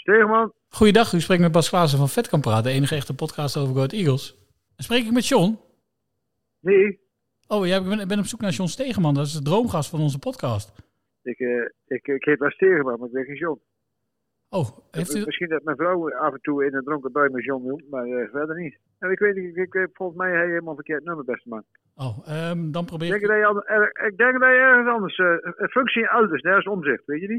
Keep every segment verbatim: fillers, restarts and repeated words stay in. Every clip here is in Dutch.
Stegeman. Goeiedag, u spreekt met Bas Klaassen van Vet kan praten, de enige echte podcast over Go Ahead Eagles. En spreek ik met John? Nee. Oh, ja, ik ben, ik ben op zoek naar John Stegeman, dat is de droomgast van onze podcast. Ik, uh, ik, ik heet wel Stegeman, maar ik ben geen John. Oh, heeft u... Misschien dat mijn vrouw af en toe in een dronken bui me John noemt, maar uh, verder niet. En ik weet niet, ik, ik, volgens mij heb je helemaal verkeerd nummer, beste man. Oh, um, dan probeer ik... ik... Denk dat je, er, ik denk dat je ergens anders... Uh, functie elders, daar is omzicht, weet je niet?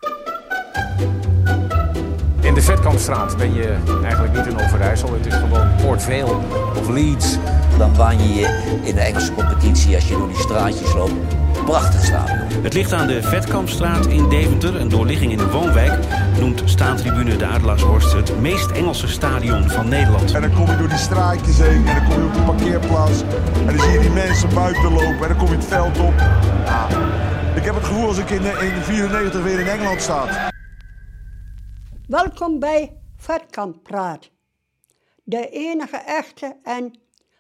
In de Vetkampstraat ben je eigenlijk niet in Overijssel. Het is gewoon Port Vale of Leeds. Dan baan je je in de Engelse competitie als je door die straatjes loopt. Prachtig stadion. Het ligt aan de Vetkampstraat in Deventer, een doorligging in een woonwijk. Noemt staantribune de Adelaarshorst het meest Engelse stadion van Nederland. En dan kom je door die straatjes heen en dan kom je op de parkeerplaats. En dan zie je die mensen buiten lopen en dan kom je het veld op. Ah, ik heb het gevoel als ik in negentien vierennegentig weer in Engeland sta. Welkom bij Vetkamppraat. De enige echte en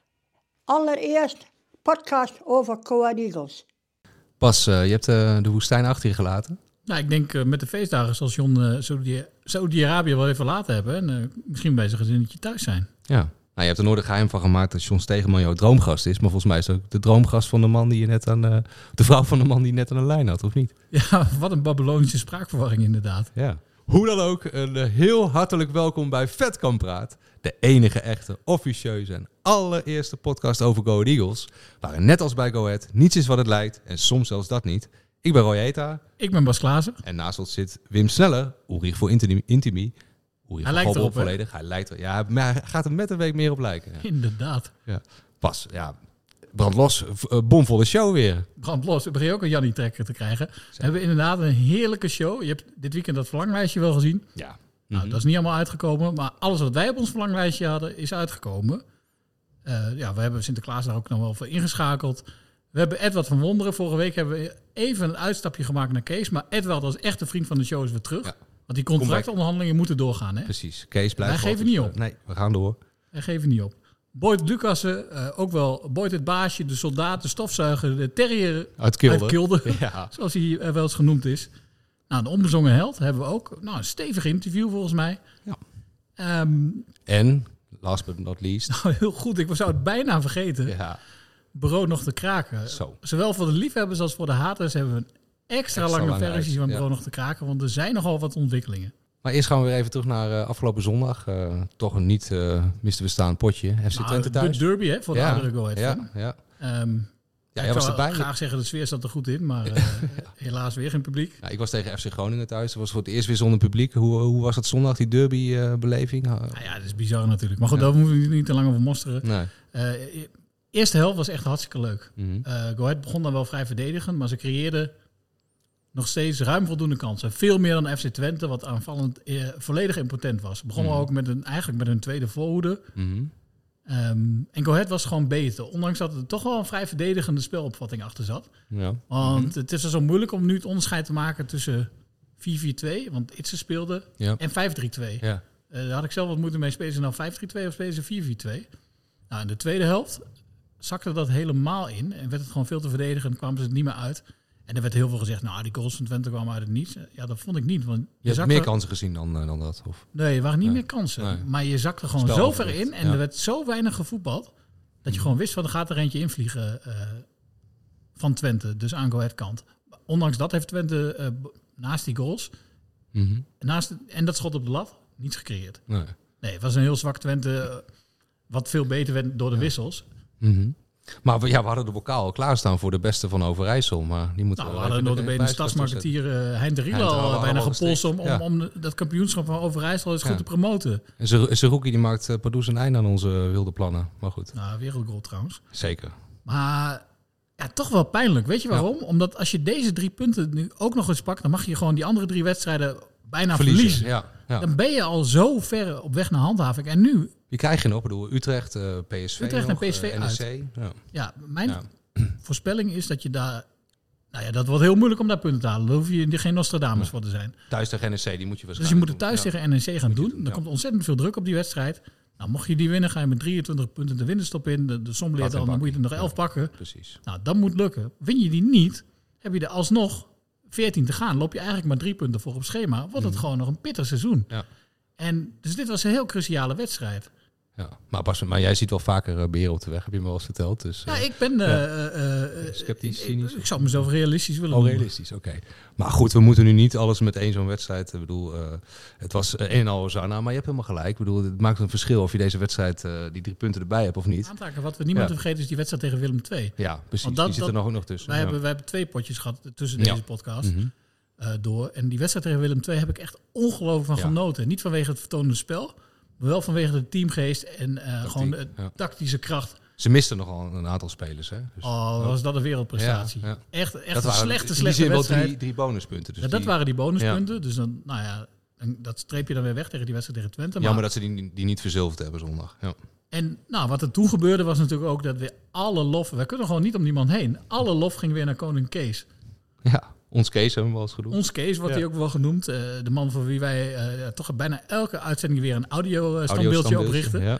allereerst podcast over Go Ahead Eagles. Bas, uh, je hebt uh, de woestijn achter je gelaten. Nou, ik denk uh, met de feestdagen zal John uh, Saudi-Arabië wel even laten hebben. En uh, misschien bij zijn gezinnetje thuis zijn. Ja, nou, je hebt er nooit een geheim van gemaakt dat John Stegeman jouw droomgast is. Maar volgens mij is het ook de droomgast van de man die je net aan... Uh, de vrouw van de man die je net aan de lijn had, of niet? Ja, wat een Babylonische spraakverwarring inderdaad. Ja. Hoe dan ook, een uh, heel hartelijk welkom bij Vetkamppraat. De enige echte, officieuze en allereerste podcast over Go Ahead Eagles. Waarin net als bij Go Ahead niets is wat het lijkt en soms zelfs dat niet. Ik ben Roy Eta. Ik ben Bas Klaassen. En naast ons zit Wim Sneller, Ulrich voor Intimi. Intimi. Hij lijkt erop, volledig. Hij lijkt er, ja, maar hij gaat er met een week meer op lijken. Ja. Inderdaad. Ja. Pas, ja, brandlos, uh, bomvolle show weer. Brandlos, we beginnen ook een Jannie Trekker te krijgen. We hebben inderdaad een heerlijke show. Je hebt dit weekend dat verlanglijstje wel gezien. Ja. Nou, mm-hmm. dat is niet allemaal uitgekomen, maar alles wat wij op ons verlanglijstje hadden is uitgekomen. Uh, ja, we hebben Sinterklaas daar ook nog wel voor ingeschakeld. We hebben Edward van Wonderen. Vorige week hebben we even een uitstapje gemaakt naar Kees. Maar Edward als echte vriend van de show is weer terug. Ja. Want die contractonderhandelingen moeten doorgaan. Hè? Precies. Kees blijft. Wij geven niet op. Nee, we gaan door. Wij geven niet op. Boyd Lucassen, uh, ook wel Boyd het baasje, de soldaat, de stofzuiger, de terrier uit Kilde. Uit Kilde ja. Zoals hij uh, wel eens genoemd is. Nou, de onbezongen held hebben we ook. Nou, een stevig interview volgens mij. Ja. Um, en, last but not least. Nou, heel goed. Ik zou het bijna vergeten. Ja. Bureau nog te kraken. Zo. Zowel voor de liefhebbers als voor de haters hebben we een extra, extra lange, lange versie van Bureau ja. nog te kraken. Want er zijn nogal wat ontwikkelingen. Maar eerst gaan we weer even terug naar uh, afgelopen zondag. Uh, toch een niet uh, mis te bestaan potje. F C nou, Twente thuis. De derby hè, voor de ja. oudere Go Ahead. Ja, ja. Um, ja, ik was zou erbij. graag zeggen, de sfeer zat er goed in. Maar uh, helaas weer geen publiek. Ja, ik was tegen F C Groningen thuis. Dat was voor het eerst weer zonder publiek. Hoe, hoe was het zondag, die derby-beleving? Uh, nou ja, dat is bizar natuurlijk. Maar goed, ja. daar hoeven we niet te lang over mosteren. Nee. Uh, eerste helft was echt hartstikke leuk. Mm-hmm. Uh, Go Ahead begon dan wel vrij verdedigend. Maar ze creëerden nog steeds ruim voldoende kansen. Veel meer dan F C Twente, wat aanvallend eh, volledig impotent was. Begonnen mm. ook met een, eigenlijk met een tweede voorhoede. Mm-hmm. Um, en Go Ahead was gewoon beter. Ondanks dat er toch wel een vrij verdedigende spelopvatting achter zat. Ja. Want mm-hmm. het is zo moeilijk om nu het onderscheid te maken tussen vier vier twee, want Itse speelde, ja. en vijf drie twee. Ja. Uh, daar had ik zelf wat moeite mee. Spelen ze nou vijf drie twee of spelen ze vier vier twee? Nou, in de tweede helft zakte dat helemaal in. En werd het gewoon veel te verdedigen en kwamen ze het niet meer uit. En er werd heel veel gezegd, nou, die goals van Twente kwamen uit het niets. Ja, dat vond ik niet. Want je, je hebt zakte... meer kansen gezien dan, uh, dan dat? Of? Nee, er waren niet nee. meer kansen. Nee. Maar je zakte gewoon Spel zo ver in. En ja. er werd zo weinig gevoetbald. Dat je gewoon wist, van er gaat er eentje invliegen uh, van Twente. Dus aan Go Ahead kant. Ondanks dat heeft Twente uh, naast die goals... Mm-hmm. Naast, en dat schot op de lat, niets gecreëerd. Nee, nee het was een heel zwak Twente... Uh, wat veel beter werd door de ja. wissels. Mm-hmm. Maar we, ja, we hadden de bokaal al klaarstaan voor de beste van Overijssel. Maar die moeten nou, we hadden notabene de stadsmarketeer uh, Hein de Riel al bijna gepolst om, ja. om, om dat kampioenschap van Overijssel eens ja. goed te promoten. En Zerouki die maakt uh, pardoes een einde aan onze wilde plannen. Maar goed. Nou, wereldgoal trouwens. Zeker. Maar ja, toch wel pijnlijk. Weet je waarom? Ja. Omdat als je deze drie punten nu ook nog eens pakt... dan mag je gewoon die andere drie wedstrijden bijna verliezen. verliezen. Ja, ja. Dan ben je al zo ver op weg naar handhaving. En nu... Wie krijg je nog? Ik bedoel, Utrecht, uh, P S V Utrecht nog, en P S V uh, N E C. uit. Ja, ja mijn ja. voorspelling is dat je daar... Nou ja, dat wordt heel moeilijk om daar punten te halen. Daar hoef je geen Nostradamus ja. voor te zijn. Thuis tegen N E C, die moet je waarschijnlijk Dus je moet het thuis doen. tegen ja. N E C gaan doen. Er ja. komt ontzettend veel druk op die wedstrijd. Nou, mocht je die winnen, ga je met drieëntwintig punten de winterstop in. De, de som leert al, dan moet je er nog elf ja. pakken. Precies. Nou, dat moet lukken. Win je die niet, heb je er alsnog veertien te gaan, loop je eigenlijk maar drie punten voor op schema. Wordt het mm. gewoon nog een pittig seizoen. Ja. En dus dit was een heel cruciale wedstrijd. Ja, maar, pas, maar jij ziet wel vaker uh, beren op de weg, heb je me wel eens verteld. Dus, uh, ja, ik ben uh, ja. uh, uh, sceptisch, cynisch. Ik, ik zou mezelf realistisch willen Oh, noemen. realistisch, oké. Okay. Maar goed, we moeten nu niet alles met één zo'n wedstrijd. Ik bedoel, uh, het was een en al Hosanna, maar je hebt helemaal gelijk. Ik bedoel, het maakt een verschil of je deze wedstrijd uh, die drie punten erbij hebt of niet. Aantaken, wat we niet moeten ja. vergeten is die wedstrijd tegen Willem twee. Ja, precies. Dat, die zit er nog ook nog tussen. Wij, ja. hebben, wij hebben twee potjes gehad tussen deze ja. podcast. Mm-hmm. Uh, door. En die wedstrijd tegen Willem twee heb ik echt ongelooflijk van ja. genoten. Niet vanwege het vertonende spel, maar wel vanwege de teamgeest en uh, gewoon de ja. tactische kracht. Ze misten nogal een aantal spelers, hè? Dus, oh, was dat een wereldprestatie. Ja, ja. Echt, echt dat een waren, slechte, slechte wel wedstrijd. Drie, drie bonuspunten. Dus ja, dat die, waren die bonuspunten. Ja. Dus dan, nou ja, en dat streep je dan weer weg tegen die wedstrijd tegen Twente. Jammer maar, dat ze die, die niet verzilverd hebben zondag. Ja. En nou, wat er toen gebeurde was natuurlijk ook dat weer alle lof... Wij kunnen gewoon niet om die man heen. Alle lof ging weer naar koning Kees. Ja. Ons Kees hebben we wel eens genoemd. Ons Kees wordt hij ja. ook wel genoemd. Uh, de man voor wie wij uh, toch bijna elke uitzending weer een audio-standbeeldje uh, oprichten. Ja.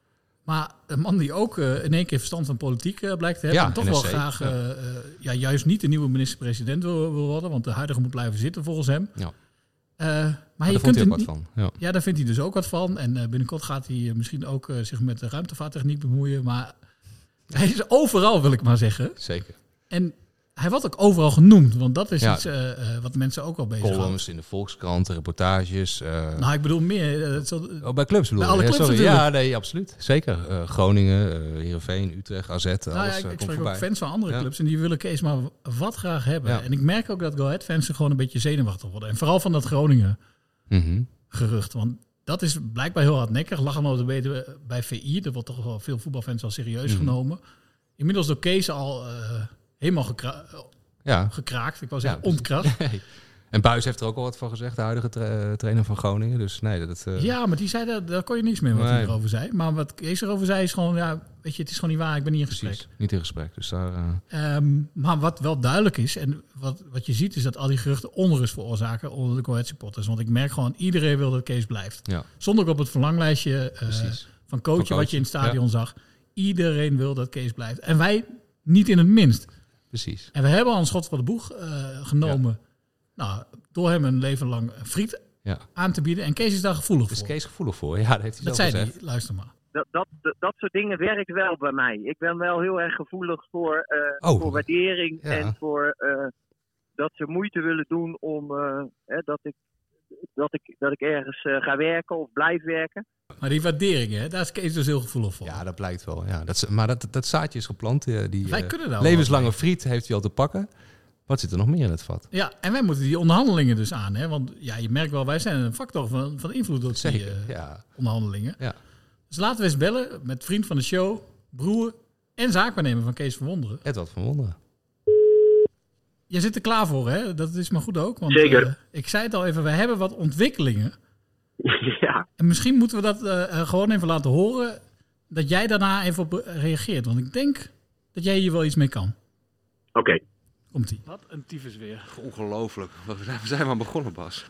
Maar een man die ook uh, in één keer verstand van politiek uh, blijkt te hebben. Ja, en toch N S C, wel graag ja. Uh, uh, ja, juist niet de nieuwe minister-president wil, wil worden. Want de huidige moet blijven zitten volgens hem. Ja. Uh, maar, maar je kunt er wat van. Ja. ja, daar vindt hij dus ook wat van. En uh, binnenkort gaat hij uh, misschien ook uh, zich met de ruimtevaarttechniek bemoeien. Maar hij is overal, wil ik maar zeggen. Zeker. En hij wordt ook overal genoemd, want dat is ja. iets uh, wat mensen ook wel bezig columns in de Volkskrant, reportages. Uh... Nou, ik bedoel meer... Uh, zo... oh, bij clubs bedoel je? Alle ja, clubs sorry. Ja, nee, absoluut. Zeker. Uh, Groningen, uh, Heerenveen, Utrecht, A Z, nou, alles ja, ik, uh, ik komt voorbij. ook fans van andere ja. clubs en die willen Kees maar wat graag hebben. Ja. En ik merk ook dat Go Ahead fans er gewoon een beetje zenuwachtig worden. En vooral van dat Groningen mm-hmm. gerucht, want dat is blijkbaar heel hardnekkig. Lachen we beter bij V I, er wordt toch wel veel voetbalfans al serieus mm. genomen. Inmiddels door Kees al uh, helemaal gekra- ja. gekraakt. Ik wou zeggen ja, ontkrast. Nee. En Buijs heeft er ook al wat van gezegd, de huidige tra- trainer van Groningen. Dus nee, dat... Uh... Ja, maar die zei dat, daar kon je niets meer wat nee. hij erover zei. Maar wat Kees erover zei is gewoon, ja, weet je, het is gewoon niet waar. Ik ben niet in gesprek. Precies, niet in gesprek. Dus daar, uh... um, maar wat wel duidelijk is, en wat, wat je ziet, is dat al die geruchten onrust veroorzaken onder de Go Ahead supporters. Want ik merk gewoon, iedereen wil dat Kees blijft. Ja. Zonder ook op het verlanglijstje uh, van coachen, van wat je in het stadion ja. zag. Iedereen wil dat Kees blijft. En wij niet in het minst. Precies. En we hebben al een schot voor de boeg uh, genomen. Ja. Nou, door hem een leven lang friet ja. aan te bieden. En Kees is daar gevoelig voor. Is Kees gevoelig voor? Ja, dat heeft hij dat zelf zei gezegd. hij, luister maar. Dat, dat, dat soort dingen werkt wel bij mij. Ik ben wel heel erg gevoelig voor, uh, oh. voor waardering. Ja. En voor uh, dat ze moeite willen doen om uh, eh, dat, ik, dat, ik, dat ik ergens uh, ga werken of blijf werken. Maar die waardering, hè, daar is Kees dus heel gevoelig voor. Ja, dat blijkt wel. Ja, dat, maar dat, dat zaadje is geplant. Die Wij kunnen uh, levenslange friet heeft hij al te pakken. Wat zit er nog meer in het vat? Ja, en wij moeten die onderhandelingen dus aan. Hè? Want ja, je merkt wel, wij zijn een factor van, van invloed door die uh, ja. onderhandelingen. Ja. Dus laten we eens bellen met vriend van de show, broer en zaakwaarnemer van Kees van Wonderen. Edward van Wonderen. Je zit er klaar voor, hè? Dat is maar goed ook. Want, Zeker. Uh, ik zei het al even, wij hebben wat ontwikkelingen. Ja. En misschien moeten we dat uh, gewoon even laten horen, dat jij daarna even op reageert. Want ik denk dat jij hier wel iets mee kan. Oké. Okay. Komt-ie. Wat een tyfus weer. Ongelooflijk. We zijn maar begonnen, Bas.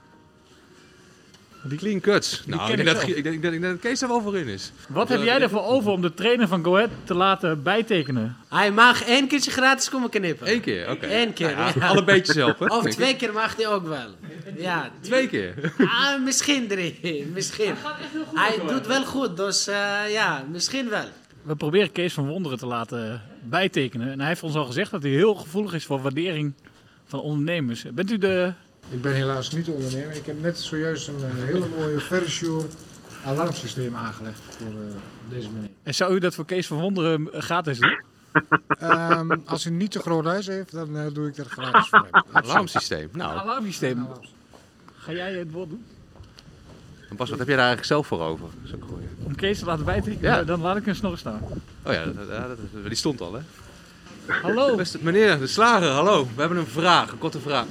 Die clean cuts. Die nou, ik denk, dat, ik, denk, ik denk dat Kees er wel voor in is. Wat heb jij ervoor over om de trainer van Go Ahead te laten bijtekenen? Hij mag één keertje gratis komen knippen. Eén keer? Oké. Okay. Eén keer, ja, ja. Alle beetje zelf, hè? Of twee keer mag hij ook wel. Ja. Twee keer? Ah, misschien drie. Misschien. Hij, goed, hij doet wel goed, dus uh, ja, misschien wel. We proberen Kees van Wonderen te laten bijtekenen. En hij heeft ons al gezegd dat hij heel gevoelig is voor waardering van ondernemers. Bent u de... Ik ben helaas niet ondernemer. Ik heb net zojuist een uh, hele mooie Verisure alarmsysteem aangelegd voor uh, deze meneer. En zou u dat voor Kees van Wonderen gratis doen? um, als hij niet te groot huis heeft, dan uh, doe ik dat gratis voor hem. Alarmsysteem? Nou. Alarmsysteem. Ja, ga jij het woord doen? Bas, wat heb jij daar eigenlijk zelf voor over? Om Kees te laten bijtekenen, ja. Dan laat ik een snor staan. Oh ja, dat, dat, dat, die stond al, hè? Hallo. Beste, meneer, de slager, hallo. We hebben een vraag, een korte vraag.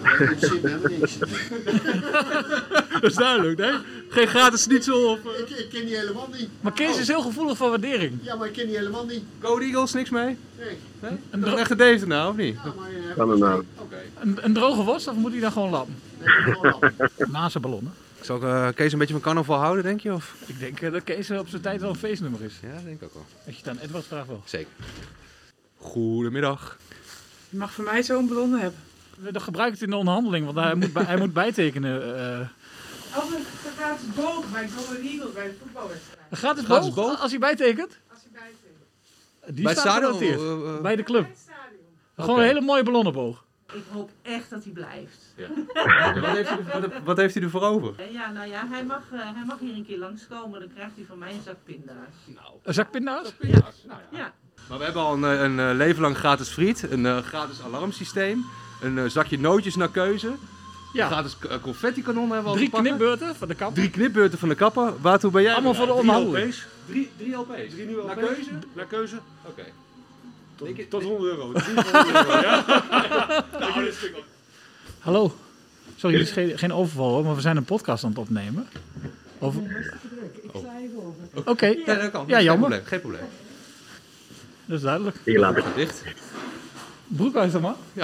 Dat is duidelijk, hè? Geen gratis schnitzel of... Uh... Ik, ik ken die helemaal niet. Maar Kees oh. is heel gevoelig voor waardering. Ja, maar ik ken die helemaal niet. Go Eagles, niks mee? Nee. nee? Een dro- echte Deventer nou, of niet? Ja, maar... Uh, kan er nou. Okay. Een, een droge worst of moet hij dan gewoon lappen? Nee, gewoon lappen. Na zijn ballonnen. Zal ik uh, Kees een beetje van carnaval houden, denk je? Of? Ik denk uh, dat Kees op zijn tijd wel een feestnummer is. Ja, dat denk ik ook wel. Als je het aan Edward vraagt wel. Zeker. Goedemiddag. Je mag voor mij zo'n ballonnen hebben. Dan gebruik ik het in de onderhandeling, want hij moet, bij, hij moet bijtekenen. Uh. Of een gratis boog bij Go Ahead Eagles bij de voetbalwedstrijd. Een gratis, gratis boog? boog? Als hij bijtekent? Als hij bijtekent. Die bij staat genoteerd. Uh, uh, bij de club. Bij Gewoon okay. een hele mooie ballonnenboog. Ik hoop echt dat hij blijft. Ja. wat, heeft hij er, wat, wat heeft hij ervoor over? Ja, nou ja, hij mag, uh, hij mag hier een keer langskomen. Dan krijgt hij van mij een zak pinda's. Nou, een zak pinda's? Ja. Nou, ja. Ja. Maar we hebben al een, een, een leven lang gratis friet, een uh, gratis alarmsysteem, een uh, zakje nootjes naar keuze. Ja. Een gratis uh, confetti-kanon hebben we al Drie gepakken. knipbeurten van de kapper. Drie knipbeurten van de kapper. Waartoe ben jij? Allemaal voor de onderhandeling. Drie, drie L P's. Drie nieuwe L P's? Naar keuze? Naar keuze? Oké. Okay. Tot, ik, tot honderd euro. honderd euro, ja? Nou, dit is wel... Hallo. Sorry, dit is geen, geen overval hoor, maar we zijn een podcast aan het opnemen. Over... Ik sla even over. Oké. Okay. Ja, dat kan. Ja, geen jammer. Probleem. Geen probleem. Dat is duidelijk. Hier laat ik het dicht. Broekhuis dan maar? Ja.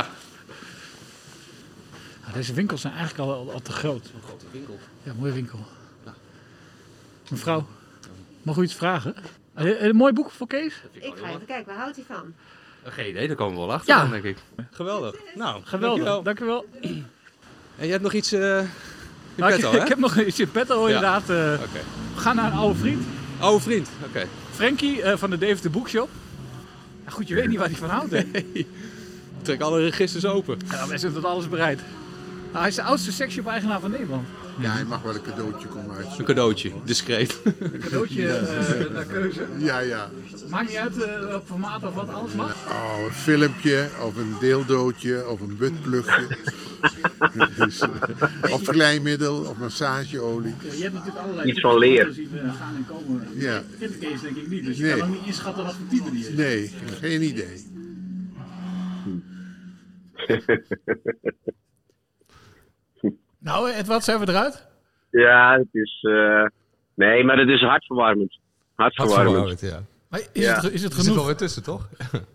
Nou, deze winkels zijn eigenlijk al, al, al te groot. Een grote winkel. Ja, mooie winkel. Ja. Mevrouw, mag u iets vragen? Een, een mooi boek voor Kees? Ik ga even kijken, waar houdt hij van? Geen idee, daar komen we wel achter ja. dan, denk ik. Geweldig. Nou, geweldig. Dankjewel. En je hebt nog iets uh, in nou, petto, ik, hè? Ik heb nog iets in petto, inderdaad. Uh, okay. We gaan naar een oude vriend. Oude vriend, oké. Okay. Frankie uh, van de Deventer Bookshop. Ja, goed, je weet niet waar hij van houdt, hè? Nee. Trek alle registers open. Ja, wij zijn tot alles bereid. Nou, hij is de oudste sexshop-eigenaar van Nederland. Ja, hij mag wel een cadeautje komen uit. Een cadeautje, discreet. Een cadeautje uh, naar keuze. Ja, ja. Maakt niet uit uh, welk formaat of wat, alles mag. Oh, een filmpje, of een deeldootje, of een buttplugje. dus, uh, of glijmiddel, of massageolie. Ja, je hebt natuurlijk allerlei iets van leer. Die uh, gaan en komen. Ja. Kent Kees denk ik niet, dus je nee. kan ook niet inschatten wat voor type die is. Nee, geen idee. Nou, Ed, wat zijn we eruit? Ja, het is... Uh... Nee, maar het is hartverwarmend. Hartverwarmend. Hartverwarmend, ja. Maar is, ja. het, is het genoeg? Er zit wel weer tussen, toch?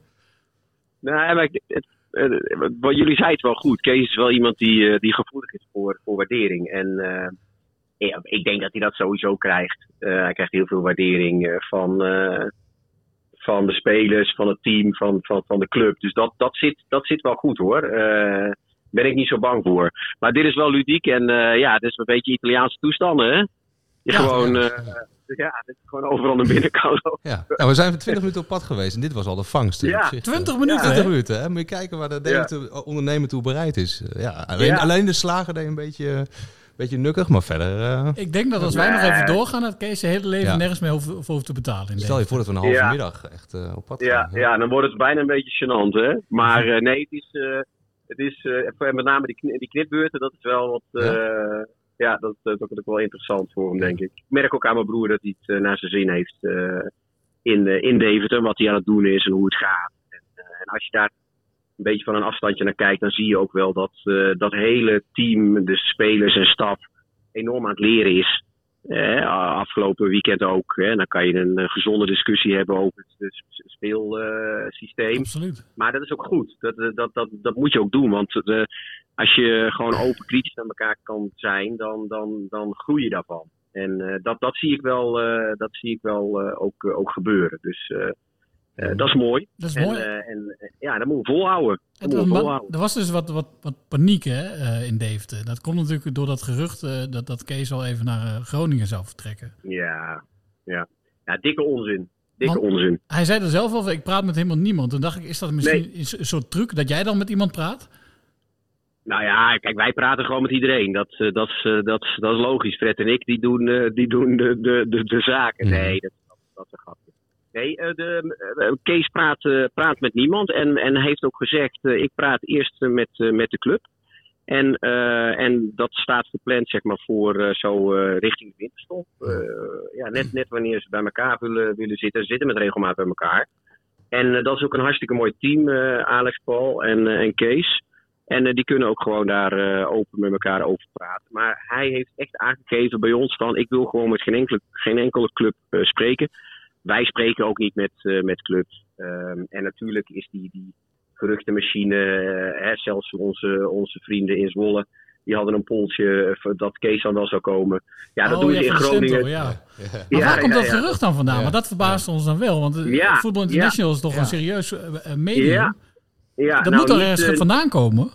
Nee, maar het, het, het, wat jullie zeiden het wel goed. Kees is wel iemand die, uh, die gevoelig is voor, voor waardering. En uh, ja, ik denk dat hij dat sowieso krijgt. Uh, hij krijgt heel veel waardering uh, van, uh, van de spelers, van het team, van, van, van de club. Dus dat, dat, zit, dat zit wel goed hoor. Uh, ben ik niet zo bang voor. Maar dit is wel ludiek en uh, ja, dit is een beetje Italiaanse toestanden, hè? Je ja, gewoon, ja. Uh, ja, dit is gewoon overal naar binnen kan lopen. Ja. Nou, we zijn twintig minuten op pad geweest en dit was al de vangst. Ja. twintig minuten, ja, twintig minuten, hè? Moet je kijken waar de Deventer ja. ondernemer toe bereid is. Ja, alleen, ja. alleen de slager deed een beetje, beetje nukkig, maar verder... Uh... Ik denk dat als wij nee. nog even doorgaan, dat Kees zijn hele leven ja. nergens meer hoeft, hoeft te betalen. In Stel je voor dat we een halve ja. middag echt uh, op pad gaan. Ja, ja, dan wordt het bijna een beetje gênant, hè? Maar uh, nee, het is... Uh, Het is uh, met name die, kn- die knipbeurten, dat is wel wat. Uh, ja, ja dat, dat is ook wel interessant voor hem, denk ik. Ik merk ook aan mijn broer dat hij het uh, naar zijn zin heeft uh, in, uh, in Deventer, wat hij aan het doen is en hoe het gaat. En, uh, en als je daar een beetje van een afstandje naar kijkt, dan zie je ook wel dat uh, dat hele team, de spelers en staf, enorm aan het leren is. Uh, afgelopen weekend ook. Hè. Dan kan je een uh, gezonde discussie hebben over het uh, speelsysteem. Absoluut. Maar dat is ook goed. Dat, dat, dat, dat moet je ook doen. Want uh, als je gewoon open kritisch naar elkaar kan zijn, dan, dan, dan groei je daarvan. En uh, dat, dat zie ik wel, uh, dat zie ik wel uh, ook, uh, ook gebeuren. Dus uh, uh, dat is mooi. Dat is en, mooi. Uh, en uh, ja, dat moeten we volhouden. Dat er, moeten we volhouden. Er was dus wat, wat, wat paniek hè, uh, in Deventer. Dat komt natuurlijk door dat gerucht uh, dat, dat Kees al even naar uh, Groningen zou vertrekken. Ja, ja. ja dikke onzin. Dikke Want onzin. Hij zei er zelf over, ik praat met helemaal niemand. Toen dacht ik, is dat misschien nee. een soort truc dat jij dan met iemand praat? Nou ja, kijk, wij praten gewoon met iedereen. Dat, uh, dat, uh, dat, dat is logisch. Fred en ik, die doen, uh, die doen de, de, de, de zaken. Nee, dat, dat, dat is een grapje. Nee, uh, de, uh, Kees praat, uh, praat met niemand en, en heeft ook gezegd, uh, ik praat eerst uh, met, uh, met de club. En, uh, en dat staat gepland zeg maar, voor uh, zo uh, richting de winterstop. Uh, ja, net, net wanneer ze bij elkaar willen, willen zitten. Ze zitten met regelmaat bij elkaar. En uh, dat is ook een hartstikke mooi team, uh, Alex, Paul en, uh, en Kees. En uh, die kunnen ook gewoon daar uh, open met elkaar over praten. Maar hij heeft echt aangegeven bij ons van, ik wil gewoon met geen enkele, geen enkele club uh, spreken. Wij spreken ook niet met, uh, met clubs. Um, en natuurlijk is die, die geruchtenmachine, uh, hè, zelfs onze, onze vrienden in Zwolle, die hadden een polsje uh, dat Kees dan wel zou komen. Ja, dat oh, doen ja, ze in Groningen. Cento, ja. Ja. Maar ja, waar komt ja, dat ja, gerucht dan vandaan? Ja. Maar dat verbaast ja. ons dan wel. Want ja. Voetbal International ja. is toch ja. een serieus uh, medium. Ja. Ja, dat nou, moet er ergens uh, vandaan komen?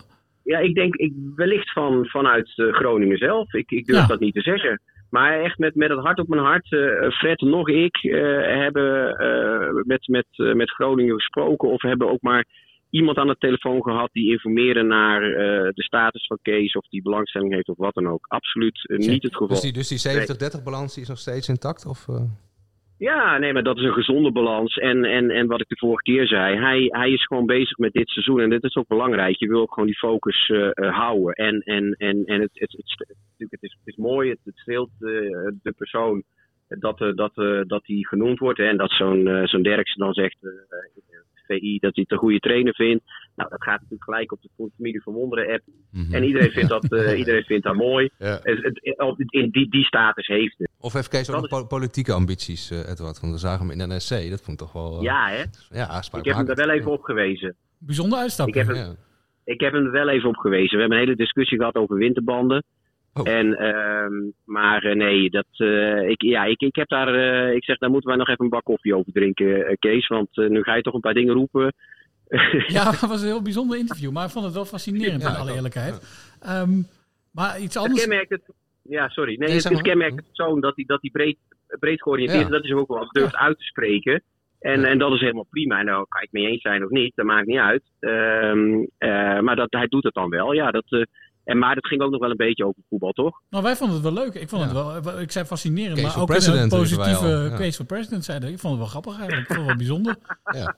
ja, ik denk ik, wellicht van, vanuit uh, Groningen zelf. Ik, ik durf ja. dat niet te zeggen. Maar echt met, met het hart op mijn hart. Uh, Fred, nog ik, uh, hebben uh, met, met, uh, met Groningen gesproken. Of hebben ook maar iemand aan de telefoon gehad die informeerde naar uh, de status van Kees. Of die belangstelling heeft of wat dan ook. Absoluut uh, niet het geval. Dus die, dus die zeventig dertig balans die is nog steeds intact? Of, uh... Ja, nee, maar dat is een gezonde balans. En, en, en wat ik de vorige keer zei, hij, hij is gewoon bezig met dit seizoen. En dit is ook belangrijk. Je wil ook gewoon die focus uh, uh, houden. En, en, en, en het, het, het, het, het, is, het is mooi, het, het streelt uh, de persoon dat, uh, dat, uh, dat hij genoemd wordt. Hè, en dat zo'n, uh, zo'n Derksen dan zegt, uh, V I, dat hij het een goede trainer vindt. Nou, dat gaat natuurlijk gelijk op de Familie van Wonderen app. Mm-hmm. En iedereen vindt dat, uh, iedereen vindt dat mooi. Ja. Het, het, in die, die status heeft het. Of heeft Kees ook nog is... politieke ambities, uh, Edward? Want we zagen hem in N S C. Dat vond ik toch wel... Uh... Ja, hè? Ja, ik heb hem er wel even op gewezen. Bijzonder uitstapje. Ik heb, hem, ja. ik heb hem er wel even op gewezen. We hebben een hele discussie gehad over winterbanden. Oh. En, uh, maar uh, nee, dat, uh, ik, ja, ik, ik heb daar, uh, ik zeg, daar moeten wij nog even een bak koffie over drinken, uh, Kees. Want uh, nu ga je toch een paar dingen roepen. Ja, het was een heel bijzonder interview, maar ik vond het wel fascinerend, ja, in alle eerlijkheid. Ja. Um, maar iets anders... Het kenmerkt het, ja, sorry. Nee, nee het, het kenmerkt het persoon dat hij dat die breed, breed georiënteerd is. Ja. Dat is ook wel als durft ja. uit te spreken. En, ja. en dat is helemaal prima. En daar kan ik mee eens zijn of niet, dat maakt niet uit. Um, uh, maar dat, hij doet het dan wel, ja, dat... Uh, En maar het ging ook nog wel een beetje over voetbal, toch? Nou, wij vonden het wel leuk. Ik vond ja. het wel, ik zei fascinerend, Case maar ook een positieve ja. Case for President zeiden. Ik vond het wel grappig eigenlijk. Ik vond het wel bijzonder. Ja.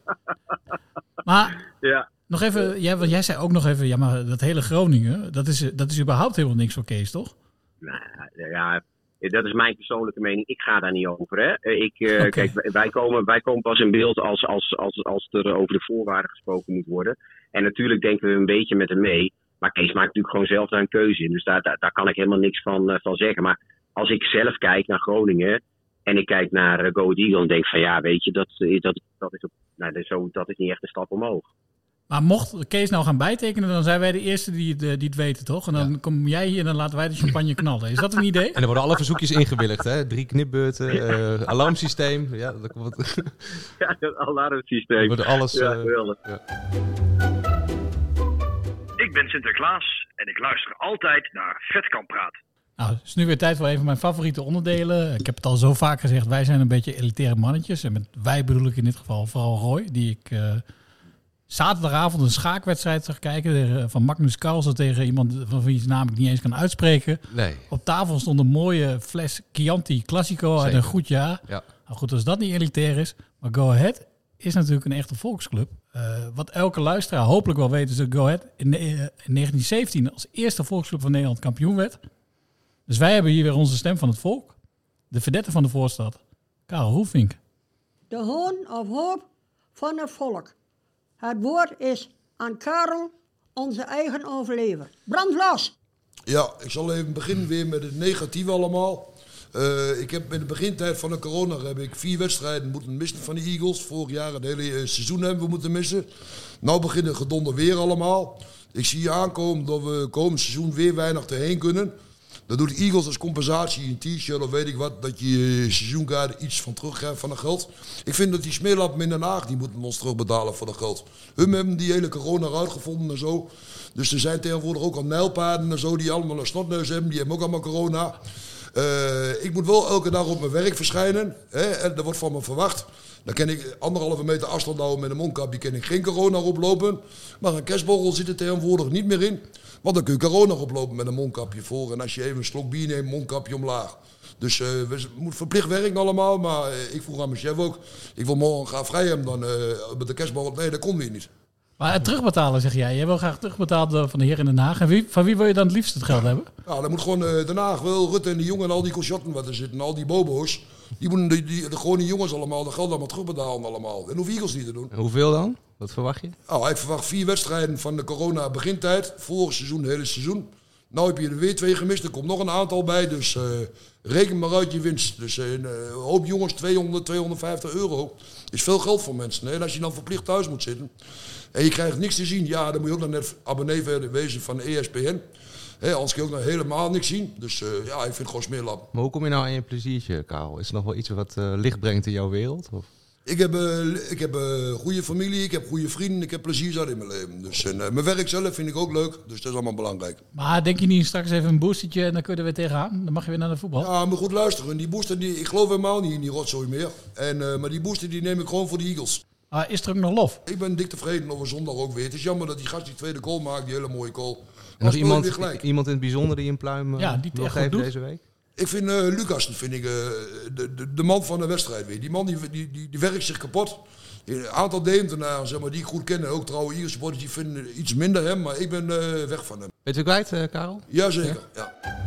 Maar ja. nog even, jij, want jij zei ook nog even, ja, maar dat hele Groningen, dat is, dat is überhaupt helemaal niks voor Kees, toch? Nou, ja, dat is mijn persoonlijke mening. Ik ga daar niet over. Hè. Ik, uh, okay. Kijk, wij komen, wij komen pas in beeld als, als, als, als er over de voorwaarden gesproken moet worden. En natuurlijk denken we een beetje met hem mee. Maar Kees maakt natuurlijk gewoon zelf daar een keuze in. Dus daar, daar, daar kan ik helemaal niks van, uh, van zeggen. Maar als ik zelf kijk naar Groningen en ik kijk naar uh, Go Ahead Eagles en denk van ja, weet je, dat, dat, dat, is, op, nou, dat, is, zo, dat is niet echt een stap omhoog. Maar mocht Kees nou gaan bijtekenen, dan zijn wij de eerste die, die het weten, toch? En dan ja. kom jij hier en dan laten wij de champagne knallen. Is dat een idee? En dan worden alle verzoekjes ingewilligd, hè? Drie knipbeurten, uh, alarmsysteem. Ja, dat wordt... ja, het alarmsysteem. Wordt alles... Ja, uh, geweldig. Ja. Ik ben Sinterklaas en ik luister altijd naar Vetkampraat. Nou, het is nu weer tijd voor een van mijn favoriete onderdelen. Ik heb het al zo vaak gezegd, wij zijn een beetje elitaire mannetjes. En met wij bedoel ik in dit geval vooral Roy, die ik uh, zaterdagavond een schaakwedstrijd zag kijken tegen, van Magnus Carlsen tegen iemand van wiens naam ik niet eens kan uitspreken. Nee. Op tafel stond een mooie fles Chianti Classico uit een goed jaar. Ja. Nou goed, als dat niet elitair is, maar Go Ahead is natuurlijk een echte volksclub. Uh, wat elke luisteraar hopelijk wel weet is dat Go Ahead in, uh, in negentien zeventien als eerste volksclub van Nederland kampioen werd. Dus wij hebben hier weer onze stem van het volk. De verdette van de voorstad, Karel Roelvink. De hoon of hoop van het volk. Het woord is aan Karel, onze eigen overlever. Brand los! Ja, ik zal even beginnen weer met het negatieve allemaal. Uh, ik heb in de begintijd van de corona heb ik vier wedstrijden moeten missen van de Eagles. Vorig jaar het hele seizoen hebben we moeten missen. Nou beginnen gedonder weer allemaal. Ik zie aankomen dat we komend seizoen weer weinig erheen kunnen. Dat doet de Eagles als compensatie, een t-shirt of weet ik wat, dat je seizoenkaart iets van terugkrijgt van het geld. Ik vind dat die smeerlappen in Den Haag, die moeten ons terugbetalen voor dat geld. Hun hebben die hele corona uitgevonden en zo. Dus er zijn tegenwoordig ook al nijlpaarden en zo die allemaal een snotneus hebben. Die hebben ook allemaal corona. Uh, ik moet wel elke dag op mijn werk verschijnen. Hè, en dat wordt van me verwacht. Dan kan ik anderhalve meter afstand houden met een mondkapje. Kan ik geen corona oplopen. Maar een kerstborrel zit er tegenwoordig niet meer in. Want dan kun je corona oplopen met een mondkapje voor. En als je even een slok bier neemt, mondkapje omlaag. Dus uh, we moeten verplicht werken allemaal. Maar uh, ik vroeg aan mijn chef ook. Ik wil morgen graag vrij hebben dan uh, met de kerstborrel. Nee, dat kon weer niet. Maar het terugbetalen, zeg jij. Jij wil graag terugbetaald van de heer in Den Haag. En wie, van wie wil je dan het liefst het geld hebben? Nou, dan moet gewoon uh, Den Haag wel, Rutte en die jongen en al die cochotten wat er zitten. Al die bobo's. Die moeten die, die, de gewone jongens allemaal dat geld allemaal terugbetalen allemaal. En hoeft Eagles niet te doen. En hoeveel dan? Wat verwacht je? Nou, ik verwacht vier wedstrijden van de corona begintijd. Vorig seizoen, het hele seizoen. Nou heb je er weer twee gemist. Er komt nog een aantal bij. Dus uh, reken maar uit je winst. Dus uh, een hoop jongens, tweehonderd, tweehonderdvijftig euro. Is veel geld voor mensen. Hè? En als je dan verplicht thuis moet zitten. En je krijgt niks te zien. Ja, dan moet je ook nog net abonnee wezen van E S P N. He, anders kun je ook nog helemaal niks zien. Dus uh, ja, ik vind het gewoon smeerlap. Maar hoe kom je nou aan je pleziertje, Karel? Is er nog wel iets wat uh, licht brengt in jouw wereld? Of? Ik heb, uh, ik heb uh, goede familie, ik heb goede vrienden, ik heb plezier zat in mijn leven. Dus uh, mijn werk zelf vind ik ook leuk, dus dat is allemaal belangrijk. Maar denk je niet straks even een boostertje en dan kun je er weer tegenaan? Dan mag je weer naar de voetbal. Ja, maar goed luisteren. Die booster, die, ik geloof helemaal niet in die rotzooi meer. En, uh, maar die booster die neem ik gewoon voor de Eagles. Ah, is er ook nog lof? Ik ben dik tevreden over zondag ook weer. Het is jammer dat die gast die tweede goal maakt, die hele mooie goal. En nog iemand, iemand in het bijzonder die een pluim uh, ja, die wil geven deze week? Ik vind uh, Lucas vind ik, uh, de, de, de man van de wedstrijd weer. Die man die, die, die, die werkt zich kapot. Een aantal Deventenaren zeg maar, die ik goed ken, ook trouwe Eagles supporters, die vinden iets minder hem, maar ik ben uh, weg van hem. Weet je kwijt, uh, Karel? Jazeker, ja. ja.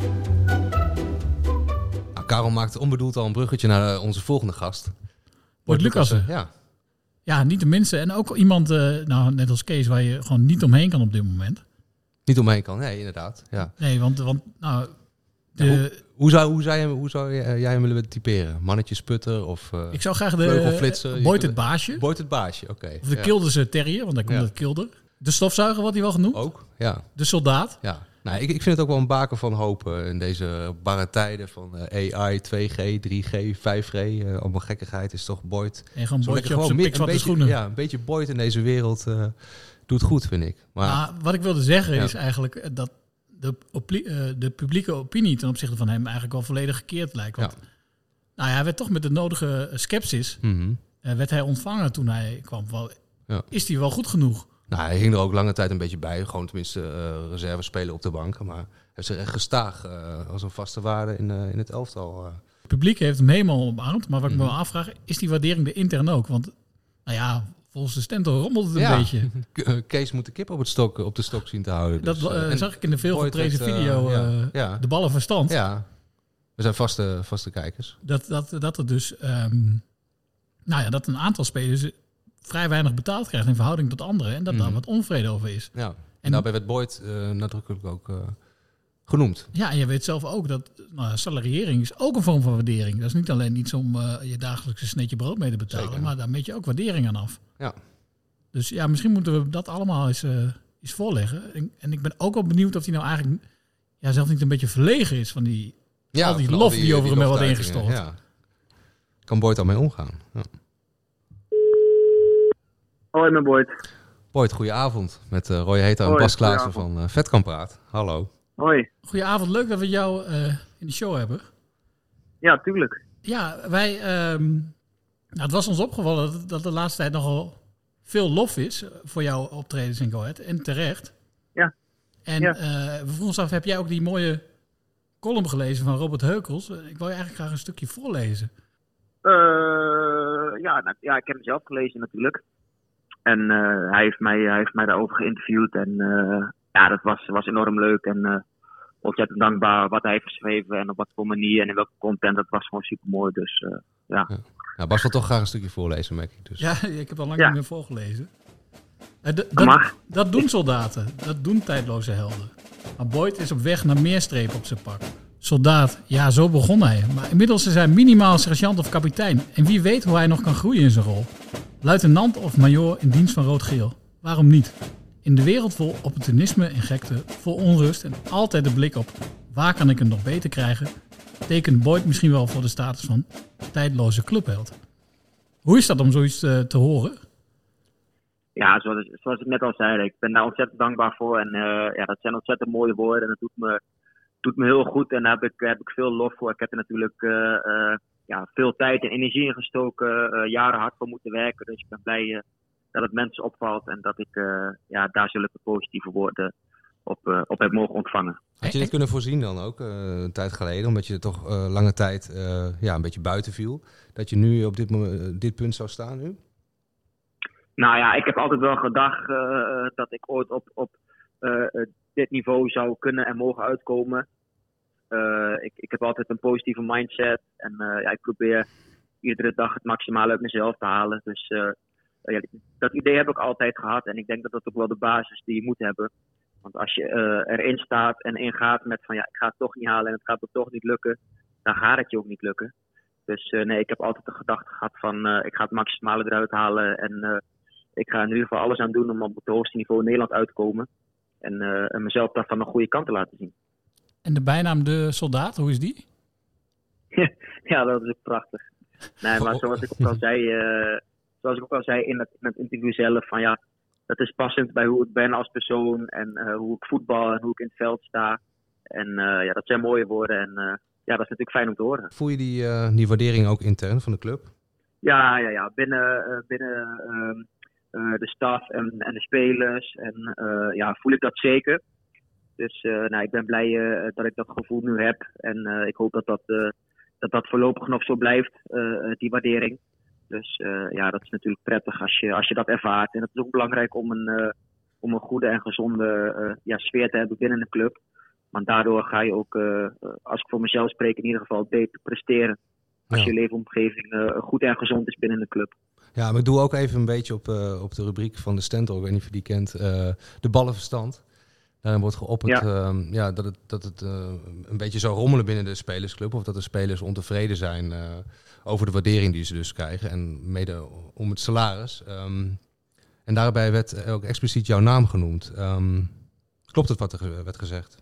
Nou, Karel maakt onbedoeld al een bruggetje naar uh, onze volgende gast. Boyd Lucassen. Ja. Ja, niet de minste. En ook iemand, uh, nou, net als Kees, waar je gewoon niet omheen kan op dit moment. Niet omheen kan, nee, inderdaad. Ja. Nee, want, want nou... De... Ja, hoe, hoe, zou, hoe, zou je, hoe zou jij hem willen typeren? Mannetje Sputter of uh, ik zou graag de Boyd het baasje. Boyd het baasje, oké. Okay. Of de ja. Kilderse terrier, want daar komt ja. het Kilder. De stofzuiger, wordt hij wel genoemd. Ook, ja. De soldaat. Ja. Nou, ik, ik vind het ook wel een baken van hoop uh, in deze barre tijden van uh, A I, twee G, drie G, vijf G. Uh, allemaal gekkigheid is toch Boyd. En gewoon Boydje op zijn pik van de schoenen. Ja, een beetje Boyd in deze wereld uh, doet goed, vind ik. Maar nou, wat ik wilde zeggen ja. is eigenlijk dat de, opli- uh, de publieke opinie ten opzichte van hem eigenlijk wel volledig gekeerd lijkt. Want ja. nou ja, hij werd toch met de nodige sceptisch mm-hmm. uh, werd hij ontvangen toen hij kwam. Wel, ja. Is hij wel goed genoeg? Nou, hij hing er ook lange tijd een beetje bij. Gewoon tenminste uh, reserve spelen op de bank. Maar hij heeft zich echt gestaag uh, als een vaste waarde in, uh, in het elftal. Uh. Het publiek heeft hem helemaal omarmd. Maar wat ik mm. me wel afvraag, is die waardering er intern ook? Want nou ja, volgens de Stentor rommelt het een ja. beetje. Kees moet de kip op, het stok, op de stok zien te houden. Dus. Dat uh, en zag ik in de veel geprezen uh, video. Uh, ja. Ja. De ballen verstand. Ja, we zijn vaste, vaste kijkers. Dat, dat, dat er dus um, nou ja, dat een aantal spelers vrij weinig betaald krijgt in verhouding tot anderen. En dat mm-hmm. daar wat onvrede over is. Ja, en, en daarbij werd Boyd uh, nadrukkelijk ook uh, genoemd. Ja, en je weet zelf ook dat nou, salariering is ook een vorm van waardering. Dat is niet alleen iets om uh, je dagelijkse sneetje brood mee te betalen. Zeker. Maar daar meet je ook waardering aan af. Ja. Dus ja, misschien moeten we dat allemaal eens, uh, eens voorleggen. En, en ik ben ook wel benieuwd of hij nou eigenlijk ja, zelf niet een beetje verlegen is van die, ja, al die lof die, die over die hem wordt ingestort. Ja. Kan Boyd al mee omgaan. Ja. Hoi, mijn Boyd. Boyd, goedenavond. Met uh, Roy Heta en Bas Klaassen van uh, Vetkampraat. Hallo. Hoi. Goedenavond, leuk dat we jou uh, in de show hebben. Ja, tuurlijk. Ja, wij... Um, nou, het was ons opgevallen dat, dat de laatste tijd nogal veel lof is voor jouw optredens in Go Ahead. En terecht. Ja. En ja. Uh, we vroegen ons af, heb jij ook die mooie column gelezen van Robert Heukels? Ik wil je eigenlijk graag een stukje voorlezen. Uh, ja, nou, ja, ik heb hem zelf gelezen natuurlijk. En uh, hij, heeft mij, hij heeft mij daarover geïnterviewd. En uh, ja, dat was, was enorm leuk. En uh, ontzettend dankbaar wat hij heeft geschreven. En op wat voor manier en in welke content. Dat was gewoon super mooi. Dus uh, ja. ja. Nou, Bas wil toch graag een stukje voorlezen, merk ik dus. Ja, ik heb al lang ja. niet meer voorgelezen. Uh, d- dat, dat doen soldaten. Dat doen tijdloze helden. Maar Boyd is op weg naar meer strepen op zijn pak. Soldaat, ja, zo begon hij. Maar inmiddels is hij minimaal sergeant of kapitein. En wie weet hoe hij nog kan groeien in zijn rol. Luitenant of majoor in dienst van rood-geel. Waarom niet? In de wereld vol opportunisme en gekte, vol onrust en altijd de blik op waar kan ik het nog beter krijgen, tekent Boyd misschien wel voor de status van tijdloze clubheld. Hoe is dat om zoiets te, te horen? Ja, zoals, zoals ik net al zei, ik ben daar ontzettend dankbaar voor. En uh, ja, dat zijn ontzettend mooie woorden en dat doet me, doet me heel goed. En daar heb ik, heb ik veel lof voor. Ik heb er natuurlijk uh, uh, ja, veel tijd en energie in gestoken, uh, jaren hard voor moeten werken. Dus ik ben blij uh, dat het mensen opvalt en dat ik uh, ja, daar zulke positieve woorden op, uh, op heb mogen ontvangen. Had je dit kunnen voorzien dan ook, uh, een tijd geleden, omdat je toch uh, lange tijd uh, ja, een beetje buiten viel, dat je nu op dit, uh, dit punt zou staan nu? Nou ja, ik heb altijd wel gedacht uh, dat ik ooit op, op uh, dit niveau zou kunnen en mogen uitkomen. Uh, ik, ik heb altijd een positieve mindset en uh, ja, ik probeer iedere dag het maximale uit mezelf te halen. Dus uh, ja, dat idee heb ik altijd gehad en ik denk dat dat ook wel de basis die je moet hebben. Want als je uh, erin staat en ingaat met van ja, ik ga het toch niet halen en het gaat me toch niet lukken, dan gaat het je ook niet lukken. Dus uh, nee, ik heb altijd de gedachte gehad van uh, ik ga het maximale eruit halen en uh, ik ga in ieder geval alles aan doen om op het hoogste niveau in Nederland uit te komen. En, uh, en mezelf daar van een goede kant te laten zien. En de bijnaam De Soldaat, hoe is die? Ja, dat is ook prachtig. Nee, maar zoals ik ook al zei, uh, zoals ik ook al zei in het, in het interview zelf, van ja, dat is passend bij hoe ik ben als persoon en uh, hoe ik voetbal en hoe ik in het veld sta. En uh, ja, dat zijn mooie woorden en uh, ja, dat is natuurlijk fijn om te horen. Voel je die, uh, die waardering ook intern van de club? Ja, ja, ja. Binnen, uh, binnen uh, uh, de staf en, en de spelers en uh, ja, voel ik dat zeker. Dus uh, nou, ik ben blij uh, dat ik dat gevoel nu heb en uh, ik hoop dat dat, uh, dat dat voorlopig nog zo blijft, uh, die waardering. Dus uh, ja, dat is natuurlijk prettig als je, als je dat ervaart. En het is ook belangrijk om een, uh, om een goede en gezonde uh, ja, sfeer te hebben binnen de club. Want daardoor ga je ook, uh, als ik voor mezelf spreek, in ieder geval beter presteren. Als ja. je leefomgeving uh, goed en gezond is binnen de club. Ja, maar ik doe ook even een beetje op, uh, op de rubriek van de Stentor, ik weet niet of je die kent, uh, de ballenverstand. Daarin wordt geopperd ja. Uh, ja, dat het, dat het uh, een beetje zou rommelen binnen de spelersclub. Of dat de spelers ontevreden zijn uh, over de waardering die ze dus krijgen. En mede om het salaris. Um, en daarbij werd ook expliciet jouw naam genoemd. Um, klopt het wat er werd gezegd?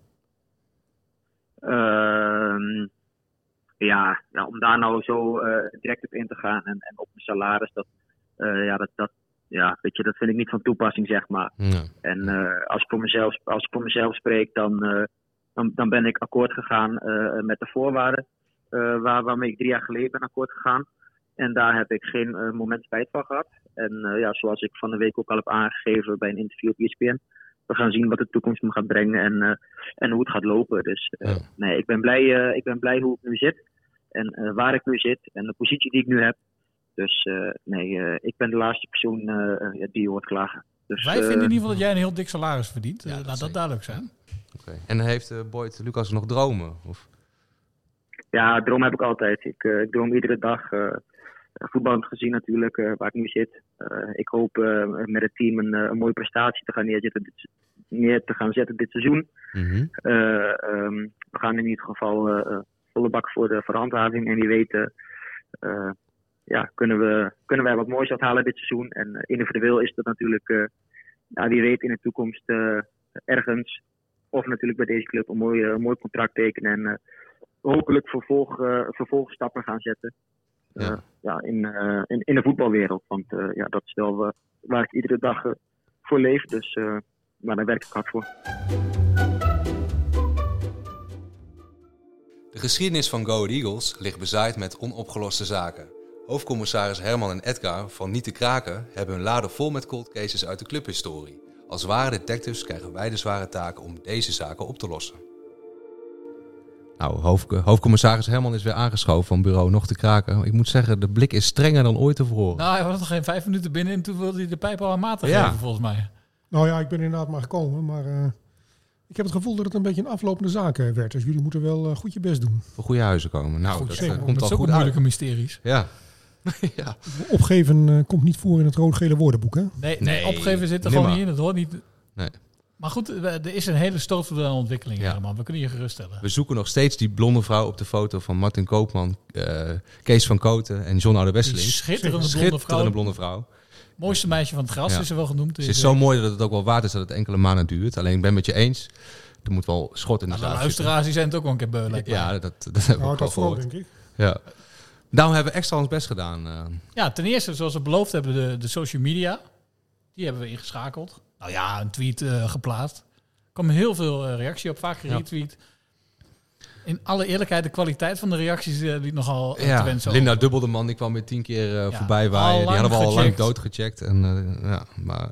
Uh, ja, nou, om daar nou zo uh, direct op in te gaan en, en op mijn salaris, dat, uh, ja, dat, dat, ja, weet je, dat vind ik niet van toepassing, zeg maar. Ja. En uh, als, ik voor mezelf, als ik voor mezelf spreek, dan, uh, dan, dan ben ik akkoord gegaan uh, met de voorwaarden uh, waar, waarmee ik drie jaar geleden ben akkoord gegaan. En daar heb ik geen uh, moment spijt van gehad. En uh, ja, zoals ik van de week ook al heb aangegeven bij een interview op E S P N, we gaan zien wat de toekomst me gaat brengen en, uh, en hoe het gaat lopen. Dus uh, ja. nee, ik ben, blij, uh, ik ben blij hoe ik nu zit en uh, waar ik nu zit en de positie die ik nu heb. Dus uh, nee, uh, ik ben de laatste persoon uh, die je hoort klagen. Dus, Wij uh, vinden in ieder geval dat jij een heel dik salaris verdient. Ja, uh, dat laat dat duidelijk zijn. Okay. En heeft uh, Boyd Lucas nog dromen? Of? Ja, droom heb ik altijd. Ik, uh, ik droom iedere dag. Uh, voetballend gezien natuurlijk, uh, waar ik nu zit. Uh, ik hoop uh, met het team een, een mooie prestatie te gaan neerzetten dit, neer te gaan zetten dit seizoen. Mm-hmm. Uh, um, we gaan in ieder geval uh, volle bak voor de, voor de handhaving. En wie weet uh, uh, ja, kunnen, we, kunnen wij wat moois uithalen dit seizoen. En uh, individueel is dat natuurlijk, uh, nou, wie weet in de toekomst uh, ergens. Of natuurlijk bij deze club een mooi, uh, mooi contract tekenen. En uh, hopelijk vervolg, uh, vervolgstappen gaan zetten. Uh, ja. Ja, in, uh, in, in de voetbalwereld. Want uh, ja, dat is wel uh, waar ik iedere dag uh, voor leef. Dus uh, maar daar werk ik hard voor. De geschiedenis van Go Ahead Eagles ligt bezaaid met onopgeloste zaken. Hoofdcommissaris Herman en Edgar van Niet te Kraken hebben hun laden vol met cold cases uit de clubhistorie. Als ware detectives krijgen wij de zware taak om deze zaken op te lossen. Nou, hoofd, hoofdcommissaris Herman is weer aangeschoven van bureau Nog te Kraken. Ik moet zeggen, de blik is strenger dan ooit tevoren. Nou, hij was nog geen vijf minuten binnen en toen wilde hij de pijp al aan maat ja. geven, volgens mij. Nou ja, ik ben inderdaad maar gekomen, maar uh, ik heb het gevoel dat het een beetje een aflopende zaak werd. Dus jullie moeten wel uh, goed je best doen. Voor goede huizen komen. Nou, goed, dat zeker, uh, komt al goed uit. Moeilijke mysteries. Ja. ja. Opgeven uh, komt niet voor in het rood-gele woordenboek, hè? Nee, nee, nee opgeven zit er nimmer. gewoon niet in. Het hoort niet. Nee. Maar goed, er is een hele stootvolle ontwikkeling, ja. man. We kunnen je geruststellen. We zoeken nog steeds die blonde vrouw op de foto van Martin Koopman, uh, Kees van Kooten en John Oude Wesseling. Schitterende, blonde, Schitterende vrouw. blonde vrouw. Mooiste meisje van het gras ja. is er wel genoemd. Ze is zo mooi dat het ook wel waard is dat het enkele maanden duurt. Alleen ik ben met je eens, er moet wel schot in de nou, zaak. De luisteraars die zijn het ook wel een keer beulen. Ja, dat, dat hebben nou, we ook wel gehoord. Denk ik. Ja. Daarom hebben we extra ons best gedaan. Uh. Ja, ten eerste, zoals we beloofd hebben, de, de social media. Die hebben we ingeschakeld. Nou ja, een tweet uh, geplaatst. Er kwam heel veel uh, reactie op, vaak geretweet. Ja. In alle eerlijkheid, de kwaliteit van de reacties uh, liet nogal uh, ja, te wensen. Linda Dubbeldeman, die kwam weer tien keer uh, ja, voorbij waaien. Die hadden we al lang doodgecheckt. En, uh, ja, maar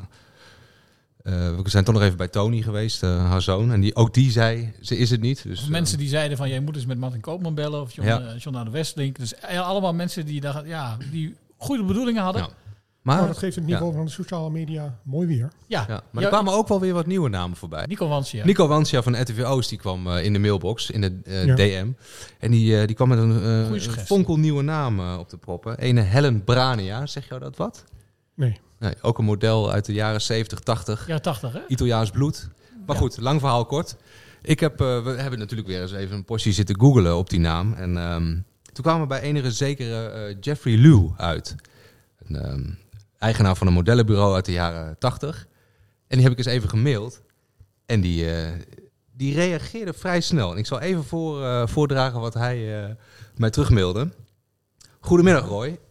uh, we zijn toch nog even bij Tony geweest, uh, haar zoon. En die, ook die zei, ze is het niet. Dus, of mensen die zeiden van, jij moet eens met Martin Koopman bellen. Of John, ja. uh, John Oude Wesseling. Dus uh, allemaal mensen die, dachten, ja, die goede bedoelingen hadden. Ja. Maar, maar dat geeft het niveau ja. van de sociale media mooi weer. Ja, ja maar er kwamen ook wel weer wat nieuwe namen voorbij. Nico Wansia. Nico Wansia van R T V Oost, die kwam uh, in de mailbox, in de uh, ja. D M. En die, uh, die kwam met een, uh, een fonkelnieuwe naam uh, op de proppen. Ene Helen Brania, zeg jou dat wat? Nee. nee. Ook een model uit de jaren zeventig, tachtig. Ja, tachtig hè? Italiaans bloed. Maar ja. goed, lang verhaal kort. Ik heb, uh, we hebben natuurlijk weer eens even een portie zitten googlen op die naam. En um, toen kwamen we bij enige zekere uh, Jeffrey Liu uit. En, um, eigenaar van een modellenbureau uit de jaren tachtig. En die heb ik eens even gemaild. En die, uh, die reageerde vrij snel. En ik zal even voor, uh, voordragen wat hij uh, mij terugmailde. Goedemiddag Roy.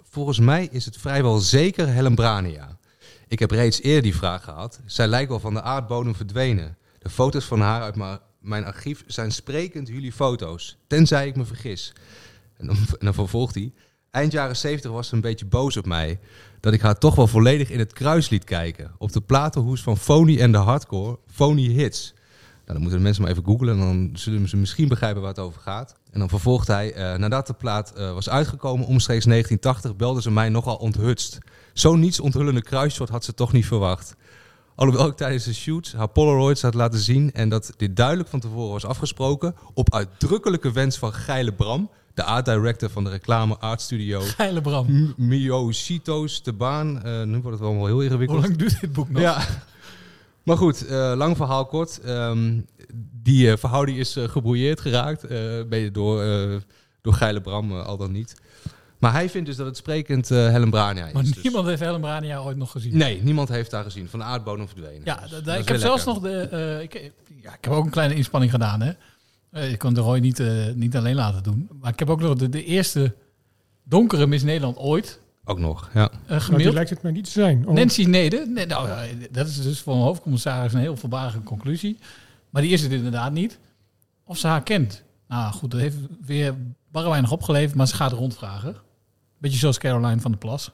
Volgens mij is het vrijwel zeker Helen Brania. Ik heb reeds eerder die vraag gehad. Zij lijkt wel van de aardbodem verdwenen. De foto's van haar uit ma- mijn archief zijn sprekend jullie foto's. Tenzij ik me vergis. En dan, en dan vervolgt hij. Eind jaren zeventig was ze een beetje boos op mij. Dat ik haar toch wel volledig in het kruis liet kijken. Op de platenhoes van Phony en de Hardcore. Phony Hits. Nou, dan moeten de mensen maar even googlen en dan zullen ze misschien begrijpen waar het over gaat. En dan vervolgt hij, uh, nadat de plaat uh, was uitgekomen, omstreeks negentien tachtig, belde ze mij nogal onthutst. Zo'n niets onthullende kruisshot had ze toch niet verwacht. Alhoewel ik tijdens de shoots haar Polaroids had laten zien en dat dit duidelijk van tevoren was afgesproken, op uitdrukkelijke wens van Geile Bram, de art director van de reclame art studio. Geile Bram. M- Mio Cito's de baan. Uh, nu wordt het wel heel ingewikkeld. Hoe lang duurt dit boek nog? Ja. Maar goed, uh, lang verhaal kort. Um, die uh, verhouding is uh, gebrouilleerd geraakt. Uh, ben je door, uh, door Geile Bram, uh, al dan niet. Maar hij vindt dus dat het sprekend uh, Helen Brania is. Maar dus. niemand heeft Helen Brania ooit nog gezien? Nee, niemand heeft haar gezien. Van de aardbodem verdwenen. Ja, dus, d- d- dat ik heb zelfs nog de... Uh, ik, ja, ik heb ook een kleine inspanning gedaan, hè. Uh, ik kon de Roy niet, uh, niet alleen laten doen. Maar ik heb ook nog de, de eerste donkere Miss Nederland ooit... Ook nog, ja. Uh, Nou, gemaild. die lijkt het mij niet te zijn. Oh. Nancy Nede. Nee, nou, ja, dat is dus voor een hoofdcommissaris een heel verbaasde conclusie. Maar die is het inderdaad niet. Of ze haar kent. Nou goed, dat heeft weer barre weinig opgeleverd, maar ze gaat rondvragen. Beetje zoals Caroline van der Plas.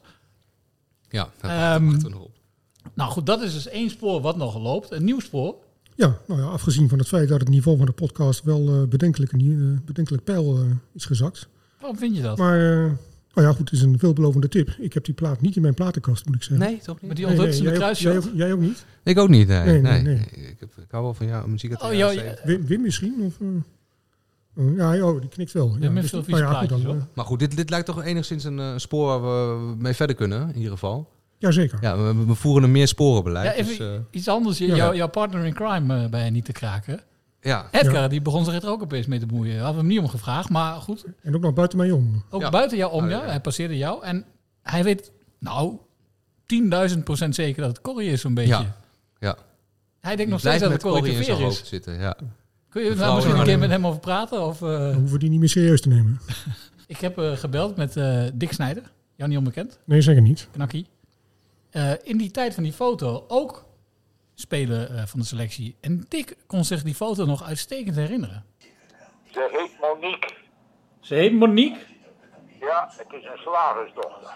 Ja, dat um, wacht er nog op. Nou goed, dat is dus één spoor wat nog loopt. Een nieuw spoor. Ja, nou ja, afgezien van het feit dat het niveau van de podcast wel uh, bedenkelijk, uh, bedenkelijk pijl uh, is gezakt. Waarom vind je dat? Maar... Uh, Nou ja, goed, het is een veelbelovende tip. Ik heb die plaat niet in mijn platenkast, moet ik zeggen. Nee, toch niet? Met die onthutsende nee, kruisshot? Jij, jij, jij ook niet? Ik ook niet, nee. Nee, nee, nee. nee. Ik, heb, ik hou wel van jou, muziek uit de oh, jaren ja, Wim, Wim misschien? Of, uh, oh, ja, oh, die knikt wel. Ja, ja, dus, veel nou ja, goed, dan, uh, maar goed, dit, dit lijkt toch enigszins een uh, spoor waar we mee verder kunnen, in ieder geval. Jazeker. Ja, we, we voeren een meer sporenbeleid. Ja, even dus, uh, iets anders. Ja. Jou, jouw partner in crime uh, bij niet te kraken. Ja. Edgar, ja. die begon zich er ook opeens mee te bemoeien. Hadden we hem niet om gevraagd, maar goed. En ook nog buiten mij om. Ook ja. buiten jou om, oh, ja. ja. Hij passeerde jou. En hij weet, nou, tienduizend procent zeker dat het Corrie is zo'n beetje. Ja. ja. Hij denkt nog steeds dat het Corrie in de zijn Veer hoofd is. zitten, ja. Kun je daar misschien een keer met hem over praten? Of, uh... Dan hoeven we die niet meer serieus te nemen. Ik heb uh, gebeld met uh, Dick Snijder. Jou niet onbekend? Nee, zeker niet. Knakkie. Uh, in die tijd van die foto ook speler uh, van de selectie. En Dick kon zich die foto nog uitstekend herinneren. Ze heet Monique. Ze heet Monique? Ja, het is een slagersdochter.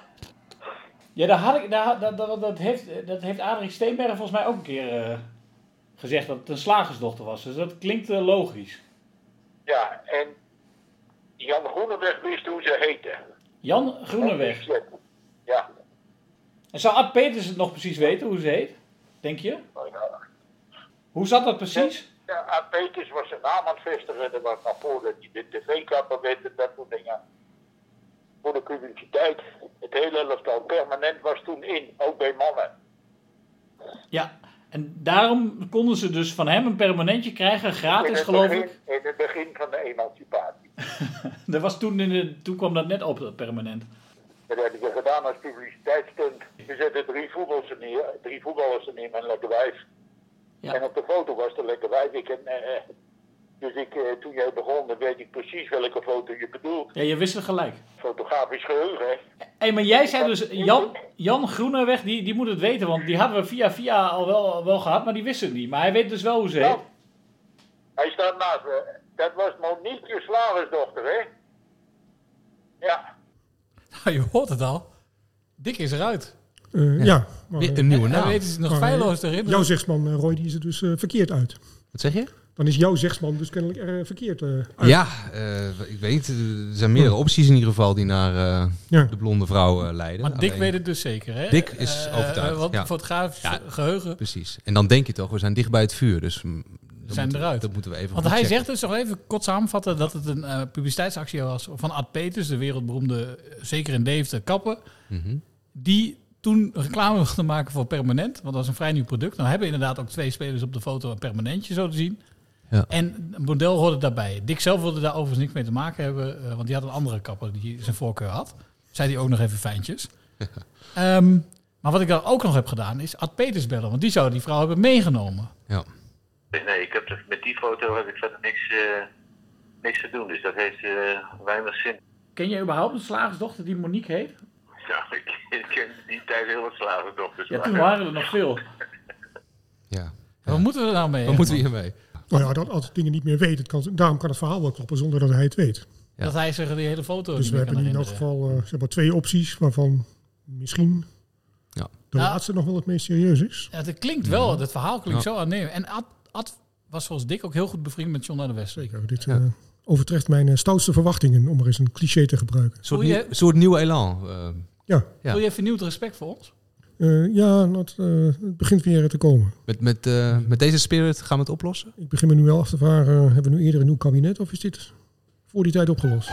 Ja, dat, had ik, dat, dat, dat, dat, heeft, dat heeft Adrik Steenbergen volgens mij ook een keer uh, gezegd dat het een slagersdochter was. Dus dat klinkt uh, logisch. Ja, en Jan Groeneweg wist hoe ze heette. Jan Groeneweg? Ja. En zou Ad Peters het nog precies weten hoe ze heet? Denk je? Oh, ja. Hoe zat dat precies? Ja, Ad Peters was zijn naam aan het vestigen. Dat was nog voordat hij de tv-kapper werd en dat soort dingen. Voor de publiciteit. Het hele elftal permanent was toen in, ook bij mannen. Ja, en daarom konden ze dus van hem een permanentje krijgen, gratis geloof begin, ik. In het begin van de emancipatie. dat was toen, in de, toen kwam dat net op, dat permanent. Dat hebben ze gedaan als publiciteitsstunt. Ze zetten drie voetballers er neer, drie voetballers er neer met een lekker wijf. Ja. En op de foto was er lekker wijf. Ik en, uh, dus ik, uh, toen jij begon, dan weet ik precies welke foto je bedoelt. Ja, je wist het gelijk. Fotografisch geheugen, hè. Hé, hey, maar jij zei dus, Jan, Jan Groeneweg, die, die moet het weten, want die hadden we via via al wel, wel gehad, maar die wist het niet. Maar hij weet dus wel hoe ze heet. Nou, hij staat naast me. Dat was Monique, je slagersdochter, hè. Ja. Nou, je hoort het al. Dick is eruit. Uh, ja. ja maar, een nieuwe naam. Hij weet het nog feilloos te herinneren. Jouw zegsman, uh, Roy, die is er dus uh, verkeerd uit. Wat zeg je? Dan is jouw zegsman dus kennelijk er uh, verkeerd uh, uit. Ja, uh, ik weet niet. Er zijn meerdere opties in ieder geval die naar uh, ja. de blonde vrouw uh, leiden. Maar Dick Alleen, weet het dus zeker, hè? Dick is uh, overtuigd. Uh, wat ja. fotografisch ja, geheugen. Precies. En dan denk je toch, we zijn dicht bij het vuur. Dus we zijn moeten, eruit. Dat moeten we even Want hij checken. zegt dus, nog even kort samenvatten, dat het een uh, publiciteitsactie was van Ad Peters, de wereldberoemde, zeker in Deventer, kapper. Mm-hmm. Die toen reclame wilde maken voor Permanent. Want dat was een vrij nieuw product. Nou hebben inderdaad ook twee spelers op de foto een permanentje zo te zien. Ja. En een model hoorde daarbij. Dick zelf wilde daar overigens niks mee te maken hebben. Uh, want die had een andere kapper die zijn voorkeur had. Zei hij ook nog even fijntjes. um, maar wat ik dan ook nog heb gedaan is Ad Peters bellen. Want die zou die vrouw hebben meegenomen. Ja. Nee, ik heb er, met die foto heb ik verder niks, uh, niks te doen. Dus dat heeft uh, weinig zin. Ken je überhaupt een slagersdochter die Monique heet? Ja, ik, ik ken die tijd heel wat slagerdochters. Ja, toen waren er nog veel. Ja. Ja. Wat moeten we er nou mee? Wat moeten we hiermee? Nou ja, dat als het dingen niet meer weet, het kan, daarom kan het verhaal wel kloppen zonder dat hij het weet. Ja. Dat hij zich die hele foto Dus we hebben in elk geval uh, zeg maar twee opties, waarvan misschien ja. de nou, laatste nog wel het meest serieus is. Ja, het klinkt wel, ja. het verhaal klinkt ja. zo aannemelijk. En Ad, Ad was zoals Dick ook heel goed bevriend met John Arne West. Zeker, dit ja. uh, overtreft mijn uh, stoutste verwachtingen, om maar eens een cliché te gebruiken. Een soort, nieuw, soort nieuw elan. Uh, ja. ja. Wil je vernieuwd respect voor ons? Uh, ja, dat, uh, het begint weer te komen. Met, met, uh, met deze spirit gaan we het oplossen? Ik begin me nu wel af te vragen, uh, hebben we nu eerder een nieuw kabinet of is dit voor die tijd opgelost?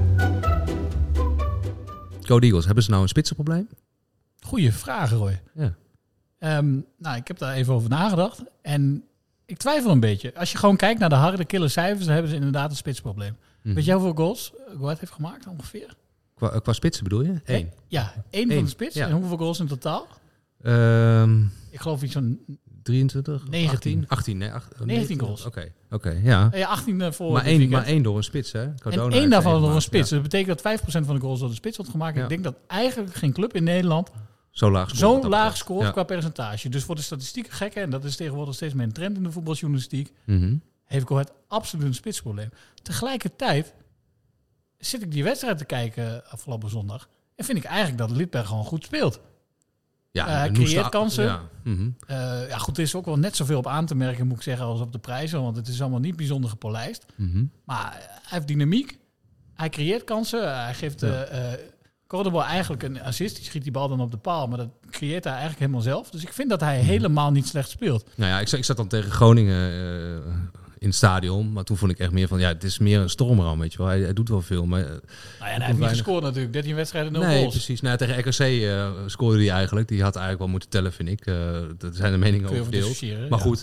Go Eagles, hebben ze nou een spitsenprobleem? Goeie vraag, Roy. Ja. Um, nou, ik heb daar even over nagedacht. En ik twijfel een beetje. Als je gewoon kijkt naar de harde, kille cijfers, dan hebben ze inderdaad een spitsprobleem. Mm-hmm. Weet jij hoeveel goals Go Ahead heeft gemaakt ongeveer? Qua, qua spitsen bedoel je? Eén. Ja, één van de spits. Ja. En hoeveel goals in totaal? Um, ik geloof iets van drieëntwintig? negentien. achttien, nee. Acht, negentien goals. Oké, okay, oké, okay, ja. ja. achttien voor maar één, maar één door een spits, hè? Cardona en één daarvan door een spits. Ja. Dat betekent dat vijf procent van de goals door de spits wordt gemaakt. Ja. Ik denk dat eigenlijk geen club in Nederland zo laag scoort, zo laag scoort ja. qua percentage. Dus voor de statistieken gekken, en dat is tegenwoordig steeds meer een trend in de voetbaljournalistiek, mm-hmm. heeft Go Ahead absoluut een spitsprobleem. Tegelijkertijd zit ik die wedstrijd te kijken afgelopen zondag en vind ik eigenlijk dat Lidberg gewoon goed speelt. Ja, uh, hij creëert a- kansen. Ja. Mm-hmm. Uh, ja, goed, er is ook wel net zoveel op aan te merken, moet ik zeggen, als op de prijzen, want het is allemaal niet bijzonder gepolijst. Mm-hmm. Maar hij heeft dynamiek, hij creëert kansen, hij geeft ja. uh, Cordoba eigenlijk een assist, die schiet die bal dan op de paal, maar dat creëert hij eigenlijk helemaal zelf. Dus ik vind dat hij mm-hmm. helemaal niet slecht speelt. Nou ja, ik, ik zat dan tegen Groningen uh, in het stadion, maar toen vond ik echt meer van, ja, het is meer een stormram, weet je wel. Hij, hij doet wel veel, maar... Nou ja, hij heeft weinig... niet gescoord natuurlijk, dertien wedstrijden, nul nee, goals. Nee, precies. Nou, tegen R K C uh, scoorde hij eigenlijk. Die had eigenlijk wel moeten tellen, vind ik. Uh, dat zijn de meningen over verdeeld. Maar ja. goed,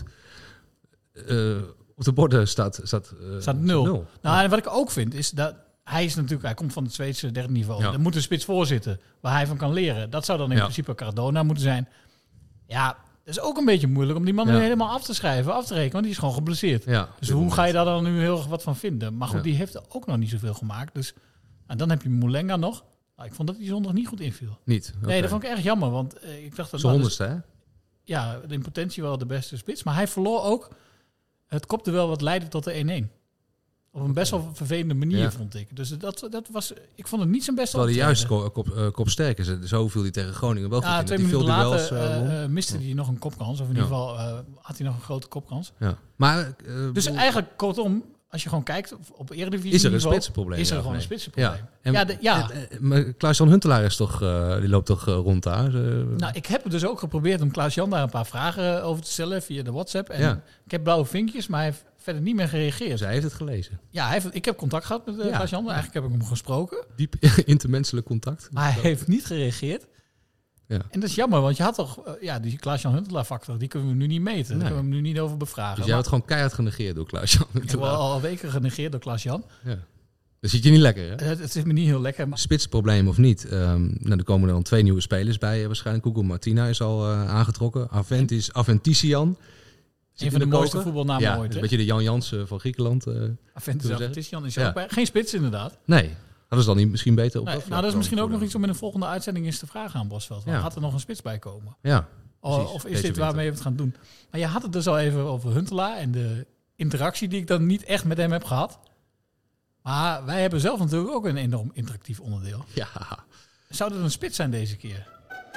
uh, op de borden staat... Staat, uh, staat nul. nul. Nou, en wat ik ook vind, is dat hij is natuurlijk, hij komt van het Zweedse derde niveau. Ja. Er moet een spits voor zitten, waar hij van kan leren. Dat zou dan in ja. principe Cardona moeten zijn. Ja... Het is ook een beetje moeilijk om die man ja. nu helemaal af te schrijven, af te rekenen, want die is gewoon geblesseerd. Ja, dus hoe ga je daar dan nu heel erg wat van vinden? Maar goed, ja. die heeft er ook nog niet zoveel gemaakt. Dus en dan heb je Moulenga nog. Nou, ik vond dat hij zondag niet goed inviel. Niet? Okay. Nee, dat vond ik erg jammer, want uh, ik dacht dat... Zo'n honderdste, hè? Ja, in potentie wel de beste spits. Maar hij verloor ook het kopduel wat leidde tot de één-één. Op een best wel vervelende manier, ja. vond ik. Dus dat, dat was, ik vond het niet zijn beste Terwijl hij juist kop, kop, uh, kopsterk is. Zo viel hij tegen Groningen wel ja, goed twee in. minuten later duels, uh, uh, miste hij nog een kopkans. Of in ja. ieder geval uh, had hij nog een grote kopkans. Ja. Maar, uh, dus uh, eigenlijk, kortom, als je gewoon kijkt op Eredivisie is er een niveau, spitsenprobleem. Is er ja, gewoon nee. een spitsenprobleem. Ja. En, ja, de, ja. En, en, Klaas-Jan Huntelaar is toch, uh, die loopt toch uh, rond daar? Uh, nou, ik heb dus ook geprobeerd om Klaas-Jan daar een paar vragen over te stellen via de WhatsApp. En ja. ik heb blauwe vinkjes, maar hij heeft verder niet meer gereageerd. Zij heeft het gelezen. Ja, hij heeft, ik heb contact gehad met uh, ja. Klaas-Jan. Eigenlijk heb ik hem gesproken. Diep intermenselijk contact. Maar hij heeft niet gereageerd. Ja. En dat is jammer, want je had toch... Uh, ja, die Klaas-Jan Huntelaar factor, die kunnen we nu niet meten. Nee. Daar kunnen we hem nu niet over bevragen. Dus jij wordt gewoon keihard genegeerd door Klaas-Jan Huntelaar. Ik heb al, al weken genegeerd door Klaas-Jan. Ja. Dat zit je niet lekker, hè? Het, het zit me niet heel lekker. Maar... Spitsprobleem of niet. Um, nou, er komen er dan twee nieuwe spelers bij. Uh, waarschijnlijk Google Martina is al uh, aangetrokken. Aventis, Aventisian. Een van de, de mooiste voetbalnamen ja, ooit. Een beetje de Jan Jansen van Griekenland. Uh, Aventis, Aventisian is er ja. ook bij. Geen spits inderdaad. Nee. Dat is dan niet misschien beter op nee, dat Nou, dat is misschien ook nog iets om in een volgende uitzending eens te vragen aan Bosveld. Ja. Gaat er nog een spits bij komen? Ja. Of, of is dit waarmee we het gaan doen? Maar je had het dus al even over Huntelaar en de interactie die ik dan niet echt met hem heb gehad. Maar wij hebben zelf natuurlijk ook een enorm interactief onderdeel. Ja. Zou dat een spits zijn deze keer?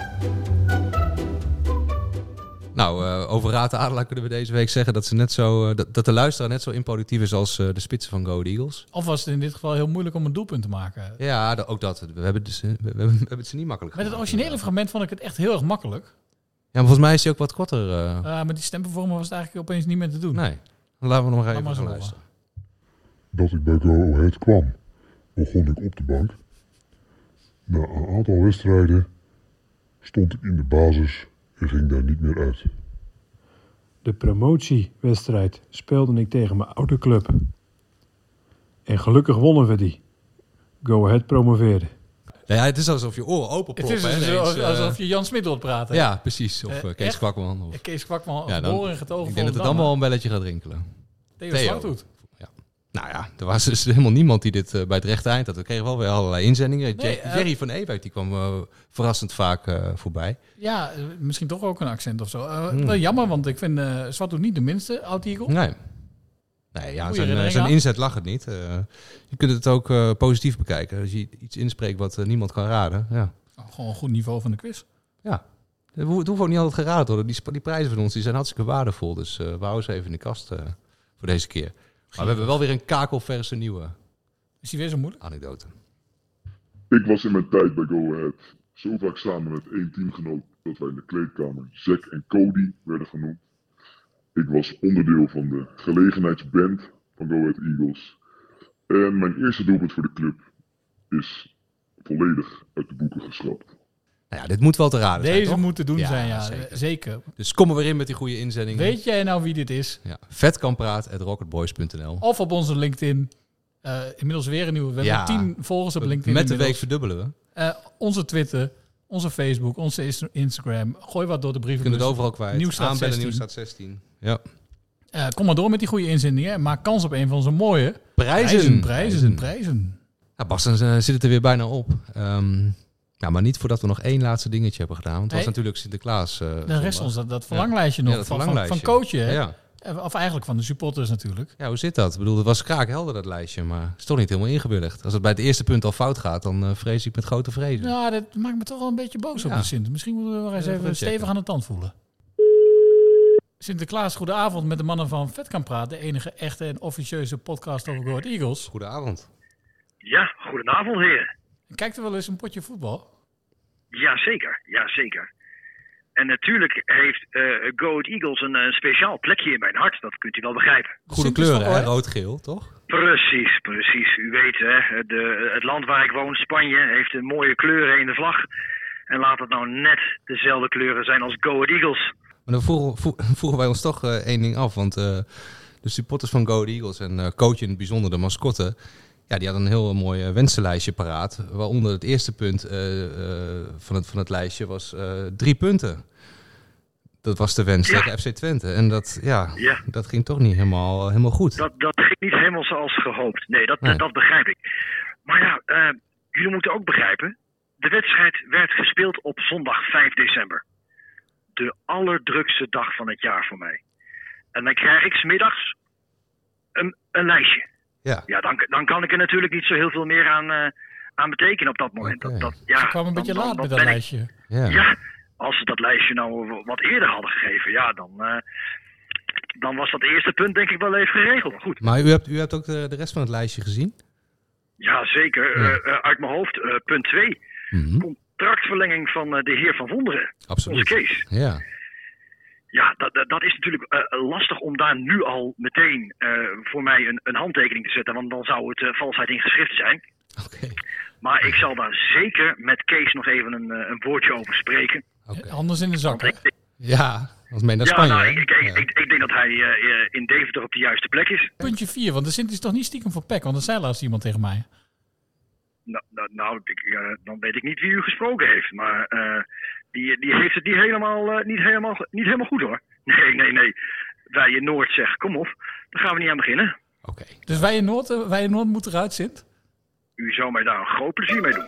Nou, uh, over Raad Adelaar kunnen we deze week zeggen dat, ze net zo, uh, dat, dat de luisteraar net zo improductief is als uh, de spitsen van Go Ahead Eagles. Of was het in dit geval heel moeilijk om een doelpunt te maken? Ja, dat, ook dat. We hebben, dus, we, we, hebben, we hebben het ze niet makkelijk Met gemaakt. het originele fragment vond ik het echt heel erg makkelijk. Ja, maar volgens mij is hij ook wat korter. Uh... Uh, met die stempervormen was het eigenlijk opeens niet meer te doen. Nee, dan laten we nog even gaan luisteren. Dat ik bij Go Ahead kwam, begon ik op de bank. Na een aantal wedstrijden stond ik in de basis en ging daar niet meer uit. De promotiewedstrijd speelde ik tegen mijn oude club. En gelukkig wonnen we die. Go Ahead promoveerde. Nou ja, het is alsof je oren open proppen. Het is dus alsof, uh, alsof je Jan Smit wilt praten. Ja, precies. Of uh, Kees echt? Kwakman. Of... Kees Kwakman, ja, geboren en getogen. Ik denk dat het allemaal een belletje gaat rinkelen. Theo, Theo. Slauwtoet. Ja. Nou ja, er was dus helemaal niemand die dit uh, bij het rechte eind had. We kregen wel weer allerlei inzendingen. Nee, Jer- uh, Jerry van Ewijk die kwam uh, verrassend vaak uh, voorbij. Ja, uh, misschien toch ook een accent of zo. Uh, hmm. Wel jammer, want ik vind uh, Zwarthoed niet de minste oud-Eagle. Nee. Nee, ja, zijn, uh, zijn inzet lag het niet. Uh, je kunt het ook uh, positief bekijken. Als je iets inspreekt wat uh, niemand kan raden. Ja. Oh, gewoon een goed niveau van de quiz. Ja. Het hoeft ook niet altijd geraden te worden. Die, die prijzen van ons die zijn hartstikke waardevol. Dus uh, we houden ze even in de kast uh, voor deze keer. Maar we hebben wel weer een kakelverse nieuwe. Is die weer zo moeilijk? Anekdote. Ik was in mijn tijd bij Go Ahead zo vaak samen met één teamgenoot dat wij in de kleedkamer Zack en Cody werden genoemd. Ik was onderdeel van de gelegenheidsband van Go Ahead Eagles. En mijn eerste doelpunt voor de club is volledig uit de boeken geschrapt. Nou ja, dit moet wel te raden Deze zijn, toch? Deze moet te doen ja, zijn, ja. Zeker. zeker. Dus kom er weer in met die goede inzendingen. Weet jij nou wie dit is? Ja. vetkampraat at rocketboys punt n l Of op onze LinkedIn. Uh, inmiddels weer een nieuwe. We ja. hebben tien volgers op LinkedIn. Met de week verdubbelen we. Uh, onze Twitter, onze Facebook, onze Instagram. Gooi wat door de brieven. Je kunt het overal kwijt. Nieuwstraat Aanbellen Nieuwstraat zestien. Ja. Uh, kom maar door met die goede inzendingen. En maak kans op een van onze mooie prijzen. Prijzen, prijzen. prijzen. Nou Bas, dan uh, zit het er weer bijna op. Um, Ja, maar niet voordat we nog één laatste dingetje hebben gedaan. Want het was hey, natuurlijk Sinterklaas. Uh, de rest ons dat, dat verlanglijstje ja. nog. Ja, dat van, verlanglijstje. Van, van coachen, hè? Ja. Of eigenlijk van de supporters natuurlijk. Ja, hoe zit dat? Ik bedoel, het was kraakhelder dat lijstje. Maar het is toch niet helemaal ingewilligd. Als het bij het eerste punt al fout gaat, dan uh, vrees ik met grote vrezen. Ja, dat maakt me toch wel een beetje boos ja. op de Sint. Misschien moeten we nog eens ja, even stevig aan de tand voelen. Sinterklaas, goedenavond met de mannen van Vetkampraat. De enige echte en officieuze podcast over Go Ahead Eagles. Goedenavond. Ja, goedenavond heren. Kijkt er wel eens een potje voetbal? Jazeker, jazeker. En natuurlijk heeft uh, Go Ahead Eagles een uh, speciaal plekje in mijn hart. Dat kunt u wel begrijpen. Goede kleuren, hè? Rood-geel, toch? Precies, precies. U weet, hè, de, het land waar ik woon, Spanje, heeft een mooie kleuren in de vlag. En laat het nou net dezelfde kleuren zijn als Go Ahead Eagles. Maar dan vroegen, vroegen wij ons toch uh, één ding af. Want uh, de supporters van Go Ahead Eagles en uh, coach in het bijzonder, de mascotte... Ja, die had een heel mooi uh, wensenlijstje paraat. Waaronder het eerste punt uh, uh, van, het, van het lijstje was uh, drie punten. Dat was de wens ja. tegen F C Twente. En dat, ja, ja. dat ging toch niet helemaal, uh, helemaal goed. Dat, dat ging niet helemaal zoals gehoopt. Nee, dat, nee. dat begrijp ik. Maar ja, uh, jullie moeten ook begrijpen. De wedstrijd werd gespeeld op zondag vijf december. De allerdrukste dag van het jaar voor mij. En dan krijg ik 's middags een, een lijstje. Ja, ja dan, dan kan ik er natuurlijk niet zo heel veel meer aan, uh, aan betekenen op dat moment. Okay. Dat, dat, ja, ze kwam een dan, beetje dan, laat dan, met dat lijstje. Ik, ja. ja, als ze dat lijstje nou wat eerder hadden gegeven, ja, dan, uh, dan was dat eerste punt denk ik wel even geregeld. Goed. Maar u hebt, u hebt ook de, de rest van het lijstje gezien? Ja, zeker. Ja. Uh, uh, uit mijn hoofd, uh, punt twee. Mm-hmm. Contractverlenging van uh, de heer Van Wonderen. Absoluut. Onze Kees. Ja. Ja, dat, dat is natuurlijk uh, lastig om daar nu al meteen uh, voor mij een, een handtekening te zetten. Want dan zou het uh, valsheid in geschrift zijn. Okay. Maar ik zal daar zeker met Kees nog even een, uh, een woordje over spreken. Okay. Anders in de zak, hè? Ja, als mee naar Spanje. Ja, nou, ik, ik, ja. ik, ik denk dat hij uh, in Deventer op de juiste plek is. Puntje vier, want de Sint is toch niet stiekem voor P E C? Want dat zei laatst iemand tegen mij. Nou, nou, nou ik, uh, dan weet ik niet wie u gesproken heeft. Maar uh, die, die heeft het niet helemaal, uh, niet, helemaal, niet helemaal goed, hoor. Nee, nee, nee. Wij in Noord zeggen, kom op. Daar gaan we niet aan beginnen. Oké. Okay. Dus wij in Noord, uh, wij in Noord moeten eruit, Sint? U zou mij daar een groot plezier mee doen.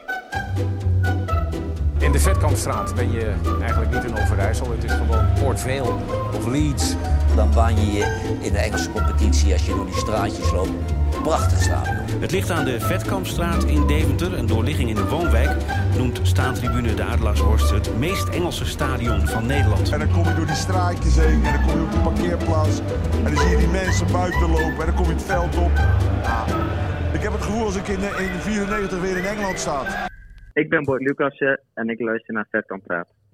In de Vetkampstraat ben je eigenlijk niet in Overijssel. Het is gewoon Port Vale of Leeds. Dan baan je je in de Engelse competitie als je door die straatjes loopt. Prachtig stadion. Het ligt aan de Vetkampstraat in Deventer. Een doorligging in de woonwijk noemt staantribune de Adelaarshorst het meest Engelse stadion van Nederland. En dan kom je door die straatjes heen en dan kom je op de parkeerplaats. En dan zie je die mensen buiten lopen en dan kom je het veld op. Ja, ik heb het gevoel als ik in negentien vierennegentig weer in Engeland sta. Ik ben Bart Lucassen en ik luister naar Vetkampraat.